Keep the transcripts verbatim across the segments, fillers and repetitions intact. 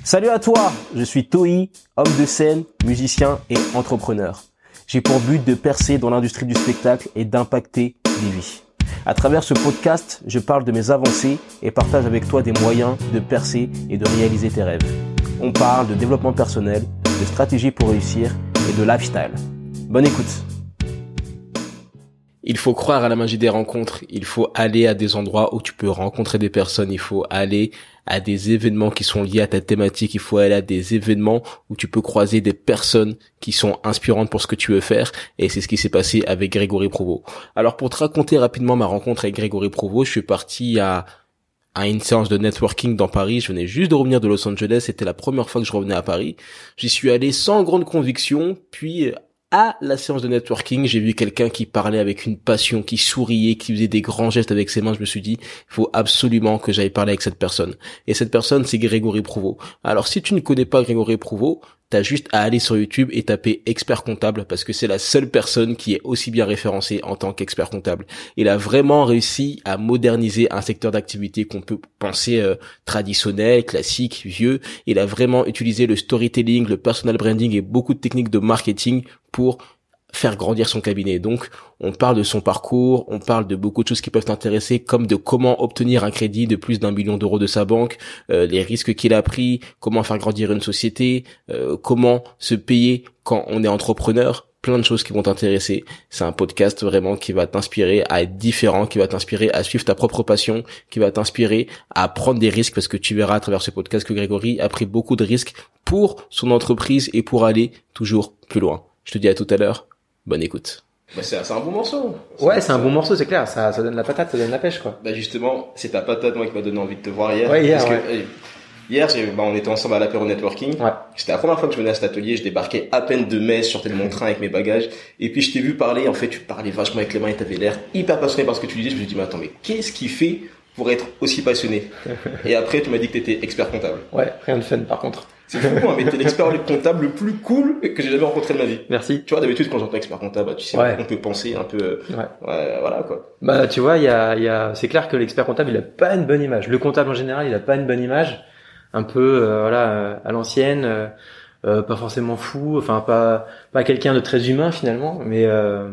Salut à toi, je suis Toi, homme de scène, musicien et entrepreneur. J'ai pour but de percer dans l'industrie du spectacle et d'impacter des vies. À travers ce podcast, je parle de mes avancées et partage avec toi des moyens de percer et de réaliser tes rêves. On parle de développement personnel, de stratégie pour réussir et de lifestyle. Bonne écoute. Il faut croire à la magie des rencontres. Il faut aller à des endroits où tu peux rencontrer des personnes. Il faut aller à des événements qui sont liés à ta thématique. Il faut aller à des événements où tu peux croiser des personnes qui sont inspirantes pour ce que tu veux faire. Et c'est ce qui s'est passé avec Grégory Provo. Alors, pour te raconter rapidement ma rencontre avec Grégory Provo, je suis parti à à une séance de networking dans Paris. Je venais juste de revenir de Los Angeles. C'était la première fois que je revenais à Paris. J'y suis allé sans grande conviction. Puis, à la séance de networking, j'ai vu quelqu'un qui parlait avec une passion, qui souriait, qui faisait des grands gestes avec ses mains. Je me suis dit, il faut absolument que j'aille parler avec cette personne. Et cette personne, c'est Grégory Provo. Alors, si tu ne connais pas Grégory Provo, t'as juste à aller sur YouTube et taper expert comptable parce que c'est la seule personne qui est aussi bien référencée en tant qu'expert comptable. Il a vraiment réussi à moderniser un secteur d'activité qu'on peut penser euh, traditionnel, classique, vieux. Il a vraiment utilisé le storytelling, le personal branding et beaucoup de techniques de marketing pour faire grandir son cabinet. Donc, on parle de son parcours, on parle de beaucoup de choses qui peuvent t'intéresser, comme de comment obtenir un crédit de plus d'un million d'euros de sa banque, euh, les risques qu'il a pris, comment faire grandir une société, euh, comment se payer quand on est entrepreneur, plein de choses qui vont t'intéresser. C'est un podcast vraiment qui va t'inspirer à être différent, qui va t'inspirer à suivre ta propre passion, qui va t'inspirer à prendre des risques, parce que tu verras à travers ce podcast que Grégory a pris beaucoup de risques pour son entreprise et pour aller toujours plus loin. Je te dis à tout à l'heure. Bonne écoute. Bah c'est, c'est un bon morceau. C'est ouais, c'est un bon morceau, c'est clair. Ça, ça donne la patate, ça donne la pêche, quoi. Bah justement, c'est ta patate, moi, qui m'a donné envie de te voir hier. Ouais, hier, parce ouais. que, hier, j'ai, bah, on était ensemble à l'apéro networking. Ouais. C'était la première fois que je venais à cet atelier. Je débarquais à peine de Metz, je sortais de mon train avec mes bagages. Et puis, je t'ai vu parler. En fait, tu parlais vachement avec les mains et t'avais l'air hyper passionné par ce que tu disais. Je me suis dit, mais attends, mais qu'est-ce qu'il fait pour être aussi passionné? Et après, tu m'as dit que t'étais expert comptable. Ouais, rien de fun, par contre. C'est fou, hein, mais t'es l'expert comptable le plus cool que j'ai jamais rencontré de ma vie. Merci. Tu vois, d'habitude, quand j'entends expert comptable, tu sais, ouais. on peut penser un peu, ouais. ouais, voilà, quoi. Bah, tu vois, il y a, il y a, c'est clair que l'expert comptable, il a pas une bonne image. Le comptable, en général, il a pas une bonne image. Un peu, euh, voilà, à l'ancienne, euh, euh, pas forcément fou, enfin, pas, pas quelqu'un de très humain, finalement, mais, euh,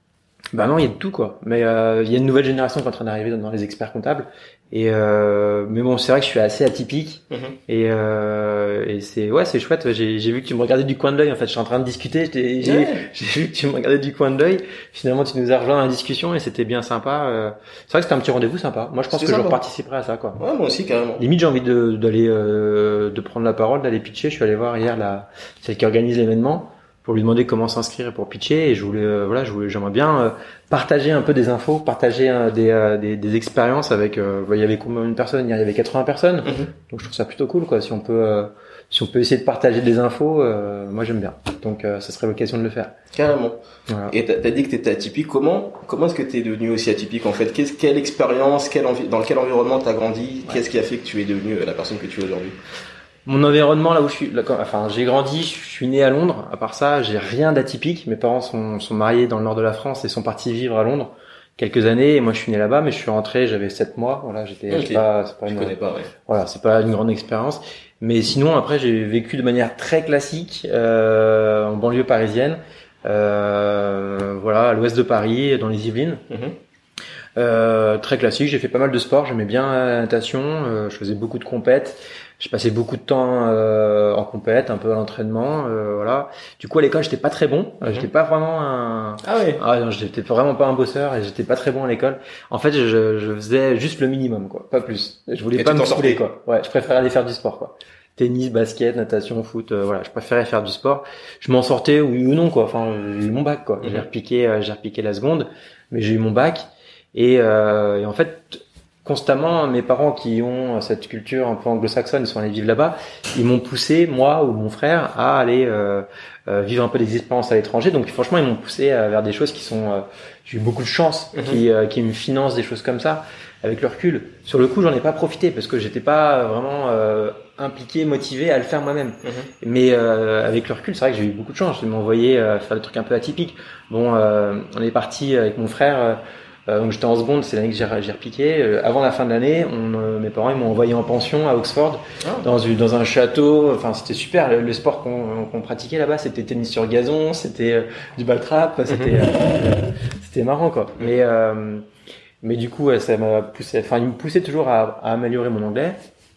bah non, il y a de tout, quoi. Mais, euh, il y a une nouvelle génération qui est en train d'arriver dans les experts comptables. Et euh, mais bon, c'est vrai que je suis assez atypique. Mmh. Et, euh, et c'est ouais, c'est chouette. J'ai, j'ai vu que tu me regardais du coin de l'œil. En fait, je suis en train de discuter. J'ai, j'ai, ouais. j'ai vu que tu me regardais du coin de l'œil. Finalement, tu nous as rejoint dans la discussion et c'était bien sympa. Euh, c'est vrai que c'était un petit rendez-vous sympa. Moi, je pense c'était que sympa. Je participerai à ça, quoi. Ouais, moi aussi, carrément. Limite, j'ai envie de d'aller euh, de prendre la parole, d'aller pitcher. Je suis allé voir hier la celle qui organise l'événement pour lui demander comment s'inscrire pour pitcher, et je voulais euh, voilà je voulais j'aimerais bien euh, partager un peu des infos, partager euh, des, euh, des des expériences avec euh, il y avait combien de personnes? Il y avait quatre-vingts personnes. Mm-hmm. Donc je trouve ça plutôt cool, quoi, si on peut euh, si on peut essayer de partager des infos, euh, moi j'aime bien. Donc euh, ça serait l'occasion de le faire. Carrément. Voilà. Et t'as, t'as dit que t'étais atypique. Comment comment est-ce que t'es devenu aussi atypique, en fait? Qu'est-ce, quelle expérience, quel envi- dans quel environnement t'as grandi? Ouais. Qu'est-ce qui a fait que tu es devenu la personne que tu es aujourd'hui? Mon environnement, là où je suis, là, enfin, j'ai grandi, je suis né à Londres. À part ça, j'ai rien d'atypique. Mes parents sont, sont mariés dans le nord de la France et sont partis vivre à Londres quelques années. Et moi, je suis né là-bas, mais je suis rentré, j'avais sept mois. Voilà, j'étais, okay. pas, c'est pas je une, connais pas, ouais. Voilà, c'est pas une grande expérience. Mais sinon, après, j'ai vécu de manière très classique, euh, en banlieue parisienne, euh, voilà, à l'ouest de Paris, dans les Yvelines. Mm-hmm. Euh, très classique. J'ai fait pas mal de sport. J'aimais bien la natation. Euh, je faisais beaucoup de compètes. J'ai passé beaucoup de temps euh, en compète, un peu à l'entraînement, euh, voilà. Du coup, à l'école, j'étais pas très bon. Mm-hmm. J'étais pas vraiment un. Ah ouais. Ah non, j'étais vraiment pas un bosseur et j'étais pas très bon à l'école. En fait, je, je faisais juste le minimum, quoi, pas plus. Je voulais et pas me saouler, quoi. Ouais, je préférais aller faire du sport, quoi. Tennis, basket, natation, foot, euh, voilà. Je préférais faire du sport. Je m'en sortais, oui ou non, quoi. Enfin, j'ai eu mon bac, quoi. Mm-hmm. J'ai repiqué, euh, j'ai repiqué la seconde, mais j'ai eu mon bac et, euh, et en fait. Constamment, mes parents qui ont cette culture un peu anglo-saxonne, ils sont allés vivre là-bas, ils m'ont poussé, moi ou mon frère, à aller euh, euh, vivre un peu des expériences à l'étranger. Donc franchement, ils m'ont poussé euh, vers des choses qui sont... Euh, j'ai eu beaucoup de chance, mm-hmm. qui, euh, qui me financent des choses comme ça, avec le recul. Sur le coup, j'en ai pas profité parce que j'étais pas vraiment euh, impliqué, motivé à le faire moi-même. Mm-hmm. Mais euh, avec le recul, c'est vrai que j'ai eu beaucoup de chance. Ils m'ont envoyé euh, faire des trucs un peu atypiques. Bon, euh, on est parti avec mon frère... Euh, Euh, donc j'étais en seconde, c'est l'année que j'ai, j'ai repiqué. Euh, avant la fin de l'année, on, euh, mes parents ils m'ont envoyé en pension à Oxford, oh. dans, une, dans un château. Enfin, c'était super. Le, le sport qu'on, qu'on pratiquait là-bas, c'était tennis sur gazon, c'était euh, du ball trap, c'était, euh, c'était marrant quoi. Mais euh, mais du coup, ça m'a poussé. Enfin, ils me poussaient toujours à, à améliorer mon anglais.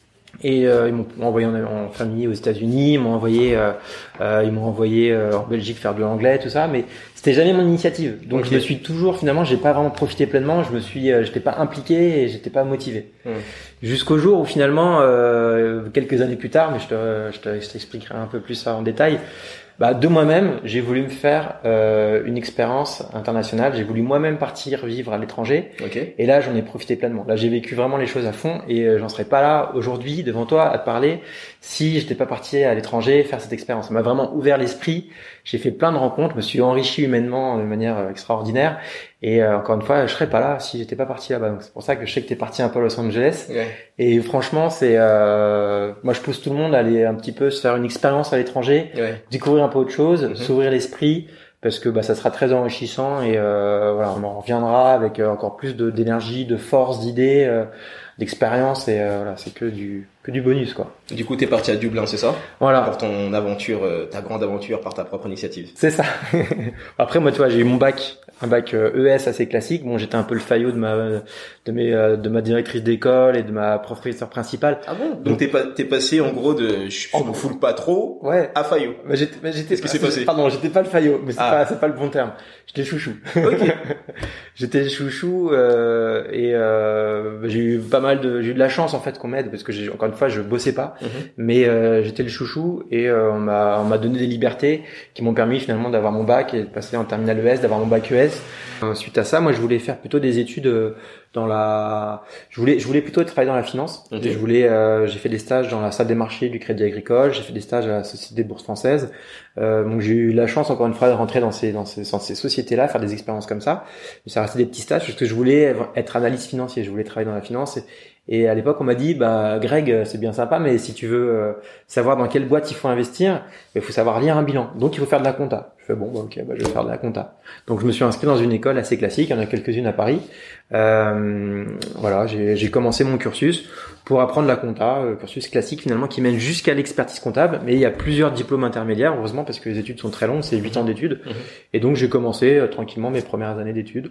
Et euh, ils m'ont envoyé en, en famille aux États-Unis, ils m'ont envoyé, euh, euh, ils m'ont envoyé euh, en Belgique faire de l'anglais, tout ça. Mais c'était jamais mon initiative. Donc okay. je me suis toujours, finalement, j'ai pas vraiment profité pleinement. Je me suis, euh, j'étais pas impliqué et j'étais pas motivé. Mmh. Jusqu'au jour où finalement, euh, quelques années plus tard, mais je te, je te, je t'expliquerai un peu plus ça en détail. Bah, de moi-même, j'ai voulu me faire euh, une expérience internationale. J'ai voulu moi-même partir vivre à l'étranger. Okay. Et là, j'en ai profité pleinement. Là, j'ai vécu vraiment les choses à fond et euh, j'en serais pas là aujourd'hui devant toi à te parler si j'étais pas parti à l'étranger faire cette expérience. Ça m'a vraiment ouvert l'esprit. J'ai fait plein de rencontres. Je me suis enrichi humainement de manière euh, extraordinaire. Et euh, encore une fois, je serais pas là si j'étais pas parti là-bas. Donc c'est pour ça que je sais que t'es parti un peu à Los Angeles. Ouais. Et franchement, c'est euh, moi je pousse tout le monde à aller un petit peu se faire une expérience à l'étranger, ouais. découvrir un peu autre chose, mm-hmm. s'ouvrir l'esprit, parce que bah ça sera très enrichissant et euh, voilà, on en reviendra avec euh, encore plus de d'énergie, de force, d'idées, euh, d'expérience et euh, voilà, c'est que du que du bonus quoi. Du coup, t'es parti à Dublin, c'est ça? Voilà. Pour ton aventure, euh, ta grande aventure par ta propre initiative. C'est ça. Après, moi, tu vois, j'ai eu mon bac, un bac E S assez classique. Bon, j'étais un peu le faillot de ma, de mes, de ma directrice d'école et de ma professeure principale. Ah bon? Donc, Donc t'es pas, t'es passé en gros de, je m'en fous pas trop, ouais, à faillot. Mais j'étais, mais j'étais. Qu'est-ce qui s'est passé? Pardon, j'étais pas le faillot, mais c'est ah. pas, c'est pas le bon terme. J'étais chouchou. Ok. J'étais chouchou euh, et euh, j'ai eu pas mal de, j'ai eu de la chance en fait qu'on m'aide parce que j'ai encore une fois, je bossais pas. Mm-hmm. Mais euh, j'étais le chouchou et euh, on m'a on m'a donné des libertés qui m'ont permis finalement d'avoir mon bac et de passer en terminale E S, d'avoir mon bac E S. Euh, suite à ça, moi je voulais faire plutôt des études dans la je voulais je voulais plutôt travailler dans la finance. Okay. Je voulais euh, j'ai fait des stages dans la salle des marchés du Crédit Agricole, j'ai fait des stages à la Société des Bourses Françaises. Euh, donc j'ai eu la chance encore une fois de rentrer dans ces dans ces dans ces sociétés-là, faire des expériences comme ça. Mais ça restait des petits stages parce que je voulais être analyste financier, je voulais travailler dans la finance. Et, Et à l'époque, on m'a dit, bah, Greg, c'est bien sympa, mais si tu veux euh, savoir dans quelle boîte il faut investir, il faut savoir lire un bilan. Donc, il faut faire de la compta. Je fais, bon, bah, ok, bah, je vais faire de la compta. Donc, je me suis inscrit dans une école assez classique. Il y en a quelques-unes à Paris. Euh, voilà, j'ai, j'ai commencé mon cursus pour apprendre la compta, euh, cursus classique finalement qui mène jusqu'à l'expertise comptable. Mais il y a plusieurs diplômes intermédiaires, heureusement, parce que les études sont très longues, c'est huit ans d'études. Mmh. Et donc, j'ai commencé euh, tranquillement mes premières années d'études.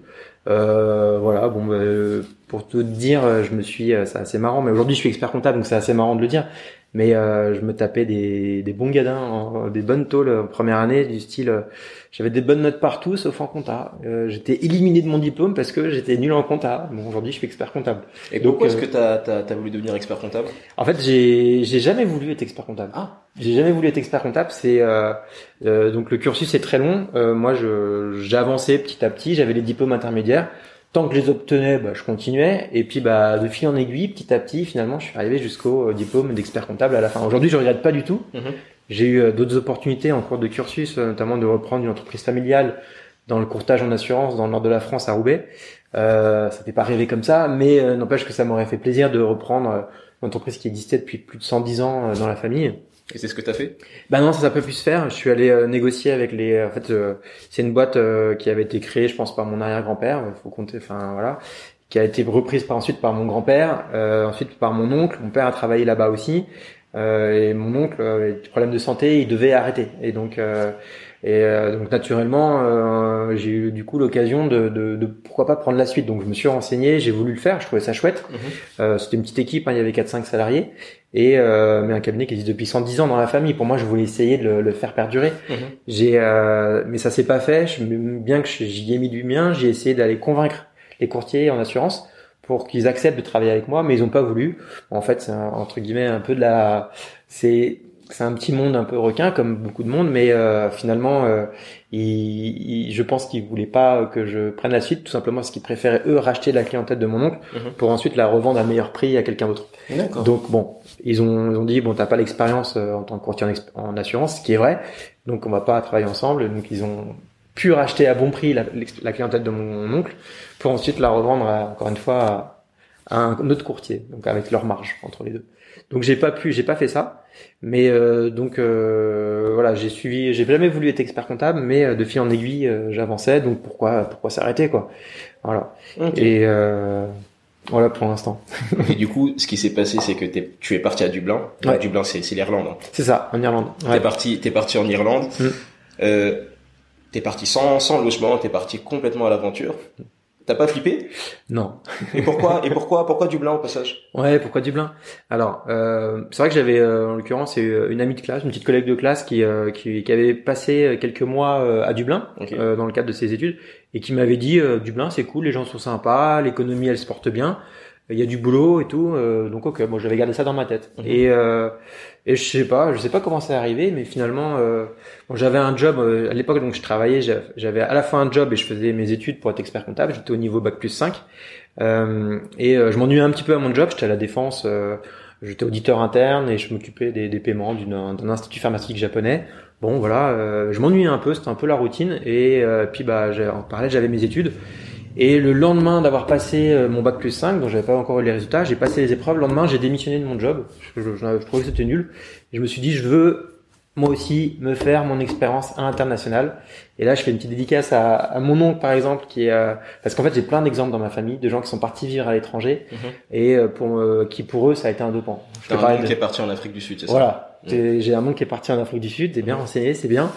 Euh, voilà, bon, bah, pour te dire, je me suis, c'est assez marrant, mais aujourd'hui je suis expert comptable, donc c'est assez marrant de le dire. Mais euh, je me tapais des, des bons gadins, en, des bonnes tôles en première année, du style, euh, j'avais des bonnes notes partout, sauf en compta. Euh, j'étais éliminé de mon diplôme parce que j'étais nul en compta. Bon, aujourd'hui je suis expert comptable. Et donc, pourquoi euh, est-ce que t'as, t'as, t'as voulu devenir expert comptable? En fait, j'ai, j'ai jamais voulu être expert comptable. Ah. J'ai jamais voulu être expert comptable. C'est euh, euh, donc le cursus est très long. Euh, moi, je, j'avançais petit à petit. J'avais les diplômes intermédiaires. Tant que je les obtenais, bah, je continuais. Et puis, bah, de fil en aiguille, petit à petit, finalement, je suis arrivé jusqu'au diplôme d'expert comptable à la fin. Aujourd'hui, je regrette pas du tout. Mm-hmm. J'ai eu euh, d'autres opportunités en cours de cursus, euh, notamment de reprendre une entreprise familiale dans le courtage en assurance dans le nord de la France, à Roubaix. Euh, ça fait pas rêver comme ça, mais euh, n'empêche que ça m'aurait fait plaisir de reprendre euh, une entreprise qui existait depuis plus de cent dix ans euh, dans la famille. Et c'est ce que t'as fait? Bah non, ça ça peut plus se faire. Je suis allé euh, négocier avec les. En fait, euh, c'est une boîte euh, qui avait été créée, je pense, par mon arrière-grand-père. Il faut compter. Enfin voilà, qui a été reprise par ensuite par mon grand-père, euh, ensuite par mon oncle. Mon père a travaillé là-bas aussi. Euh, et mon oncle avait des problèmes de santé, il devait arrêter. Et donc, euh, et euh, donc naturellement, euh, j'ai eu du coup l'occasion de, de, de pourquoi pas prendre la suite. Donc je me suis renseigné, j'ai voulu le faire, je trouvais ça chouette. Mmh. Euh, c'était une petite équipe, hein, il y avait quatre cinq salariés. Et euh, mais un cabinet qui existe depuis cent dix ans dans la famille. Pour moi, je voulais essayer de le, le faire perdurer. Mmh. J'ai, euh, mais ça s'est pas fait. Je, bien que j'y ai mis du mien, j'ai essayé d'aller convaincre les courtiers en assurance pour qu'ils acceptent de travailler avec moi, mais ils ont pas voulu. En fait, c'est un, entre guillemets un peu de la, c'est c'est un petit monde un peu requin comme beaucoup de monde, mais euh, finalement, euh, ils, ils, je pense qu'ils voulaient pas que je prenne la suite, tout simplement parce qu'ils préféraient eux racheter la clientèle de mon oncle mmh. pour ensuite la revendre à meilleur prix à quelqu'un d'autre. D'accord. Donc bon, ils ont, ils ont dit bon, t'as pas l'expérience en tant que courtier en, en assurance, ce qui est vrai, donc on va pas travailler ensemble. Donc ils ont pu racheter à bon prix la, la clientèle de mon oncle pour ensuite la revendre à, encore une fois à, à un autre courtier, donc avec leur marge entre les deux. Donc j'ai pas pu, j'ai pas fait ça, mais euh, donc euh, voilà, j'ai suivi, j'ai jamais voulu être expert comptable, mais euh, de fil en aiguille, euh, j'avançais, donc pourquoi pourquoi s'arrêter quoi. Voilà. Okay. Et euh, voilà pour l'instant. Et du coup, ce qui s'est passé, c'est que t'es, tu es parti à Dublin. Ouais. Dublin, c'est, c'est l'Irlande. Hein. C'est ça, en Irlande. Ouais. T'es parti, t'es parti en Irlande. Mm. Euh, t'es parti sans, sans logement, t'es parti complètement à l'aventure. T'as pas flippé? Non. Et pourquoi, et pourquoi, pourquoi Dublin au passage? Ouais, pourquoi Dublin? Alors, euh, c'est vrai que j'avais, euh, en l'occurrence, une amie de classe, une petite collègue de classe qui, euh, qui, qui avait passé quelques mois euh, à Dublin, okay. euh, dans le cadre de ses études, et qui m'avait dit, euh, Dublin, c'est cool, les gens sont sympas, l'économie, elle se porte bien, il y a du boulot et tout, euh, donc ok, bon, j'avais gardé ça dans ma tête. Mm-hmm. Et, euh, et je sais pas, je sais pas comment c'est arrivé, mais finalement, euh, bon, j'avais un job euh, à l'époque, donc je travaillais, j'avais à la fois un job et je faisais mes études pour être expert comptable. J'étais au niveau bac plus cinq, euh, et euh, je m'ennuyais un petit peu à mon job. J'étais à la défense, euh, j'étais auditeur interne et je m'occupais des, des paiements d'une, d'un institut pharmaceutique japonais. Bon, voilà, euh, je m'ennuyais un peu, c'était un peu la routine. Et euh, puis, bah, en parallèle, j'avais mes études. Et le lendemain d'avoir passé mon bac plus cinq, dont j'avais pas encore eu les résultats, j'ai passé les épreuves. Le lendemain, j'ai démissionné de mon job. Je, je, je, je trouvais que c'était nul. Et je me suis dit, je veux moi aussi me faire mon expérience à l'international. Et là, je fais une petite dédicace à, à mon oncle, par exemple, qui est euh, parce qu'en fait, j'ai plein d'exemples dans ma famille de gens qui sont partis vivre à l'étranger mmh. et pour euh, qui pour eux, ça a été un dopant. T'as un oncle de... qui est parti en Afrique du Sud, c'est voilà. ça? Voilà. Mmh. J'ai un oncle qui est parti en Afrique du Sud. T'es bien mmh. renseigné, c'est bien.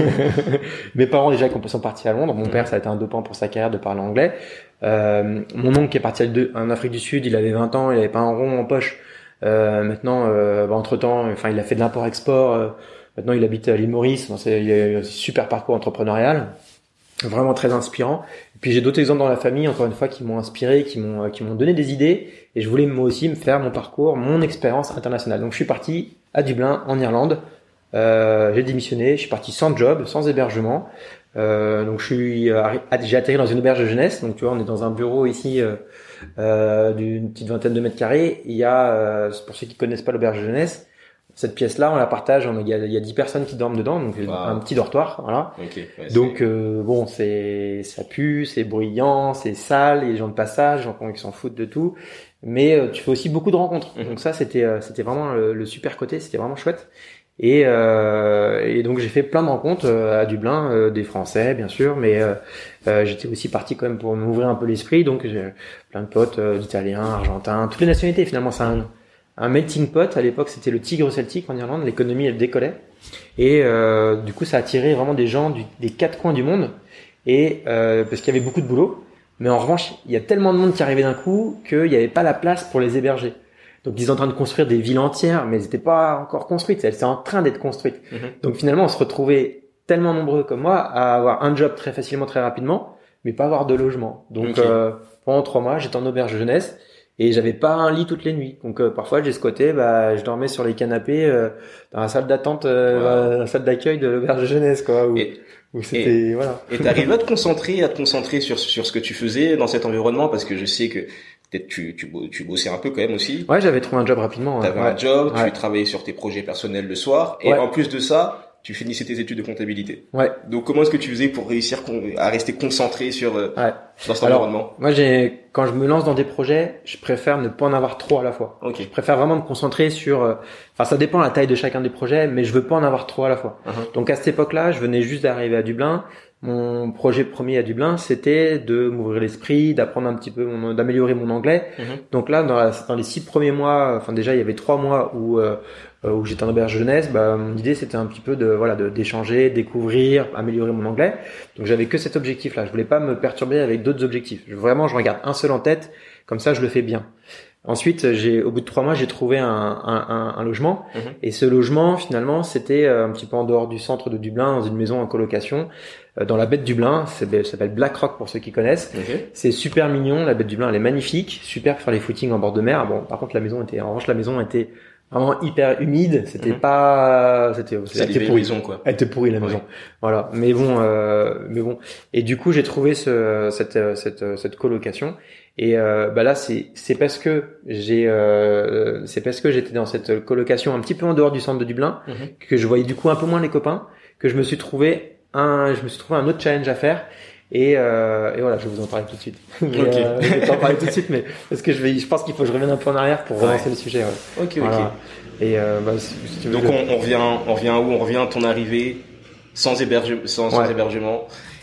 Mes parents déjà qui sont partis à Londres. Mon mmh. père, ça a été un dopant pour sa carrière de parler anglais. Euh, mon oncle qui est parti en Afrique du Sud, il avait vingt ans, il avait pas un rond en poche. Euh, maintenant, euh, bah, entre temps, enfin, il a fait de l'import-export. Euh, maintenant, il habite à l'île Maurice. Bon, c'est, il a un super parcours entrepreneurial, vraiment très inspirant. Et puis j'ai d'autres exemples dans la famille, encore une fois, qui m'ont inspiré, qui m'ont, qui m'ont donné des idées. Et je voulais moi aussi me faire mon parcours, mon expérience internationale. Donc, je suis parti à Dublin, en Irlande. Euh, j'ai démissionné. Je suis parti sans job, sans hébergement. Euh, donc je suis, euh, j'ai atterri dans une auberge de jeunesse. Donc tu vois, on est dans un bureau ici euh, euh, d'une petite vingtaine de mètres carrés. Il y a, euh, pour ceux qui connaissent pas l'auberge de jeunesse, cette pièce-là, on la partage. On, il y a, il y a dix personnes qui dorment dedans, donc wow. un petit dortoir, voilà. Okay, ouais, donc euh, bon, c'est, ça pue, c'est bruyant, c'est sale. Il y a des gens de passage, gens qui s'en foutent de tout. Mais euh, tu fais aussi beaucoup de rencontres. Mm-hmm. Donc ça, c'était, euh, c'était vraiment le, le super côté. C'était vraiment chouette. Et, euh, et donc j'ai fait plein de rencontres euh, à Dublin, euh, des Français bien sûr, mais euh, euh, j'étais aussi parti quand même pour m'ouvrir un peu l'esprit. Donc j'ai plein de potes euh, d'Italiens, Argentins, toutes les nationalités finalement. C'est un, un melting pot. À l'époque, c'était le tigre celtique en Irlande. L'économie elle décollait et euh, du coup ça attirait vraiment des gens du, des quatre coins du monde. Et euh, parce qu'il y avait beaucoup de boulot, mais en revanche il y a tellement de monde qui arrivait d'un coup qu'il n'y avait pas la place pour les héberger. Donc ils sont en train de construire des villes entières, mais elles n'étaient pas encore construites, elles étaient en train d'être construites. Mmh. Donc finalement, on se retrouvait tellement nombreux comme moi à avoir un job très facilement, très rapidement, mais pas avoir de logement. Donc okay. euh, pendant trois mois, j'étais en auberge jeunesse et j'avais pas un lit toutes les nuits. Donc euh, parfois, j'ai squatté, bah je dormais sur les canapés euh, dans la salle d'attente, euh, wow. dans la salle d'accueil de l'auberge jeunesse, quoi. Où, et, où c'était et, voilà. Et t'arrives à te concentrer, à te concentrer sur sur ce que tu faisais dans cet environnement, parce que je sais que peut-être tu, tu, tu bossais un peu quand même aussi. Ouais, j'avais trouvé un job rapidement. T'avais ouais. un job, ouais. tu travaillais sur tes projets personnels le soir, et ouais. en plus de ça, tu finissais tes études de comptabilité. Ouais. Donc comment est-ce que tu faisais pour réussir à rester concentré sur ouais. dans cet Alors, environnement? Moi, j'ai quand je me lance dans des projets, je préfère ne pas en avoir trop à la fois. Okay. Je préfère vraiment me concentrer sur. Euh, enfin, ça dépend de la taille de chacun des projets, mais je veux pas en avoir trop à la fois. Uh-huh. Donc à cette époque-là, je venais juste d'arriver à Dublin. Mon projet premier à Dublin, c'était de m'ouvrir l'esprit, d'apprendre un petit peu, mon, d'améliorer mon anglais. Mm-hmm. Donc là, dans, la, dans les six premiers mois, enfin déjà, il y avait trois mois où euh, où j'étais en auberge jeunesse. Bah, mon idée, c'était un petit peu de voilà, de d'échanger, découvrir, améliorer mon anglais. Donc j'avais que cet objectif-là. Je voulais pas me perturber avec d'autres objectifs. Je, vraiment, je regarde un seul en tête. Comme ça, je le fais bien. Ensuite, j'ai, au bout de trois mois, j'ai trouvé un, un, un, un logement. Mmh. Et ce logement, finalement, c'était un petit peu en dehors du centre de Dublin, dans une maison en colocation, dans la baie de Dublin. Ça s'appelle Black Rock pour ceux qui connaissent. Okay. C'est super mignon. La baie de Dublin, elle est magnifique. Super pour faire les footings en bord de mer. Bon, par contre, la maison était, en revanche, la maison était vraiment hyper humide. C'était mmh. pas, c'était, c'était pourri. Maison, quoi. Elle était pourrie, la maison. Ouais. Voilà. Mais bon, euh, mais bon. Et du coup, j'ai trouvé ce, cette, cette, cette colocation. Et euh, bah là c'est c'est parce que j'ai euh, c'est parce que j'étais dans cette colocation un petit peu en dehors du centre de Dublin mm-hmm. que je voyais du coup un peu moins les copains, que je me suis trouvé un je me suis trouvé un autre challenge à faire et euh, et voilà, je vais vous en parler tout de suite. Mais, okay. euh, je vais t'en parler tout de suite, mais parce que je vais je pense qu'il faut que je revienne un peu en arrière pour relancer ouais. le sujet. Ouais. Ok voilà. ok. Et euh, bah, si, si tu veux donc je... on, on revient on revient où on revient à ton arrivée sans héberge sans, sans ouais. hébergement.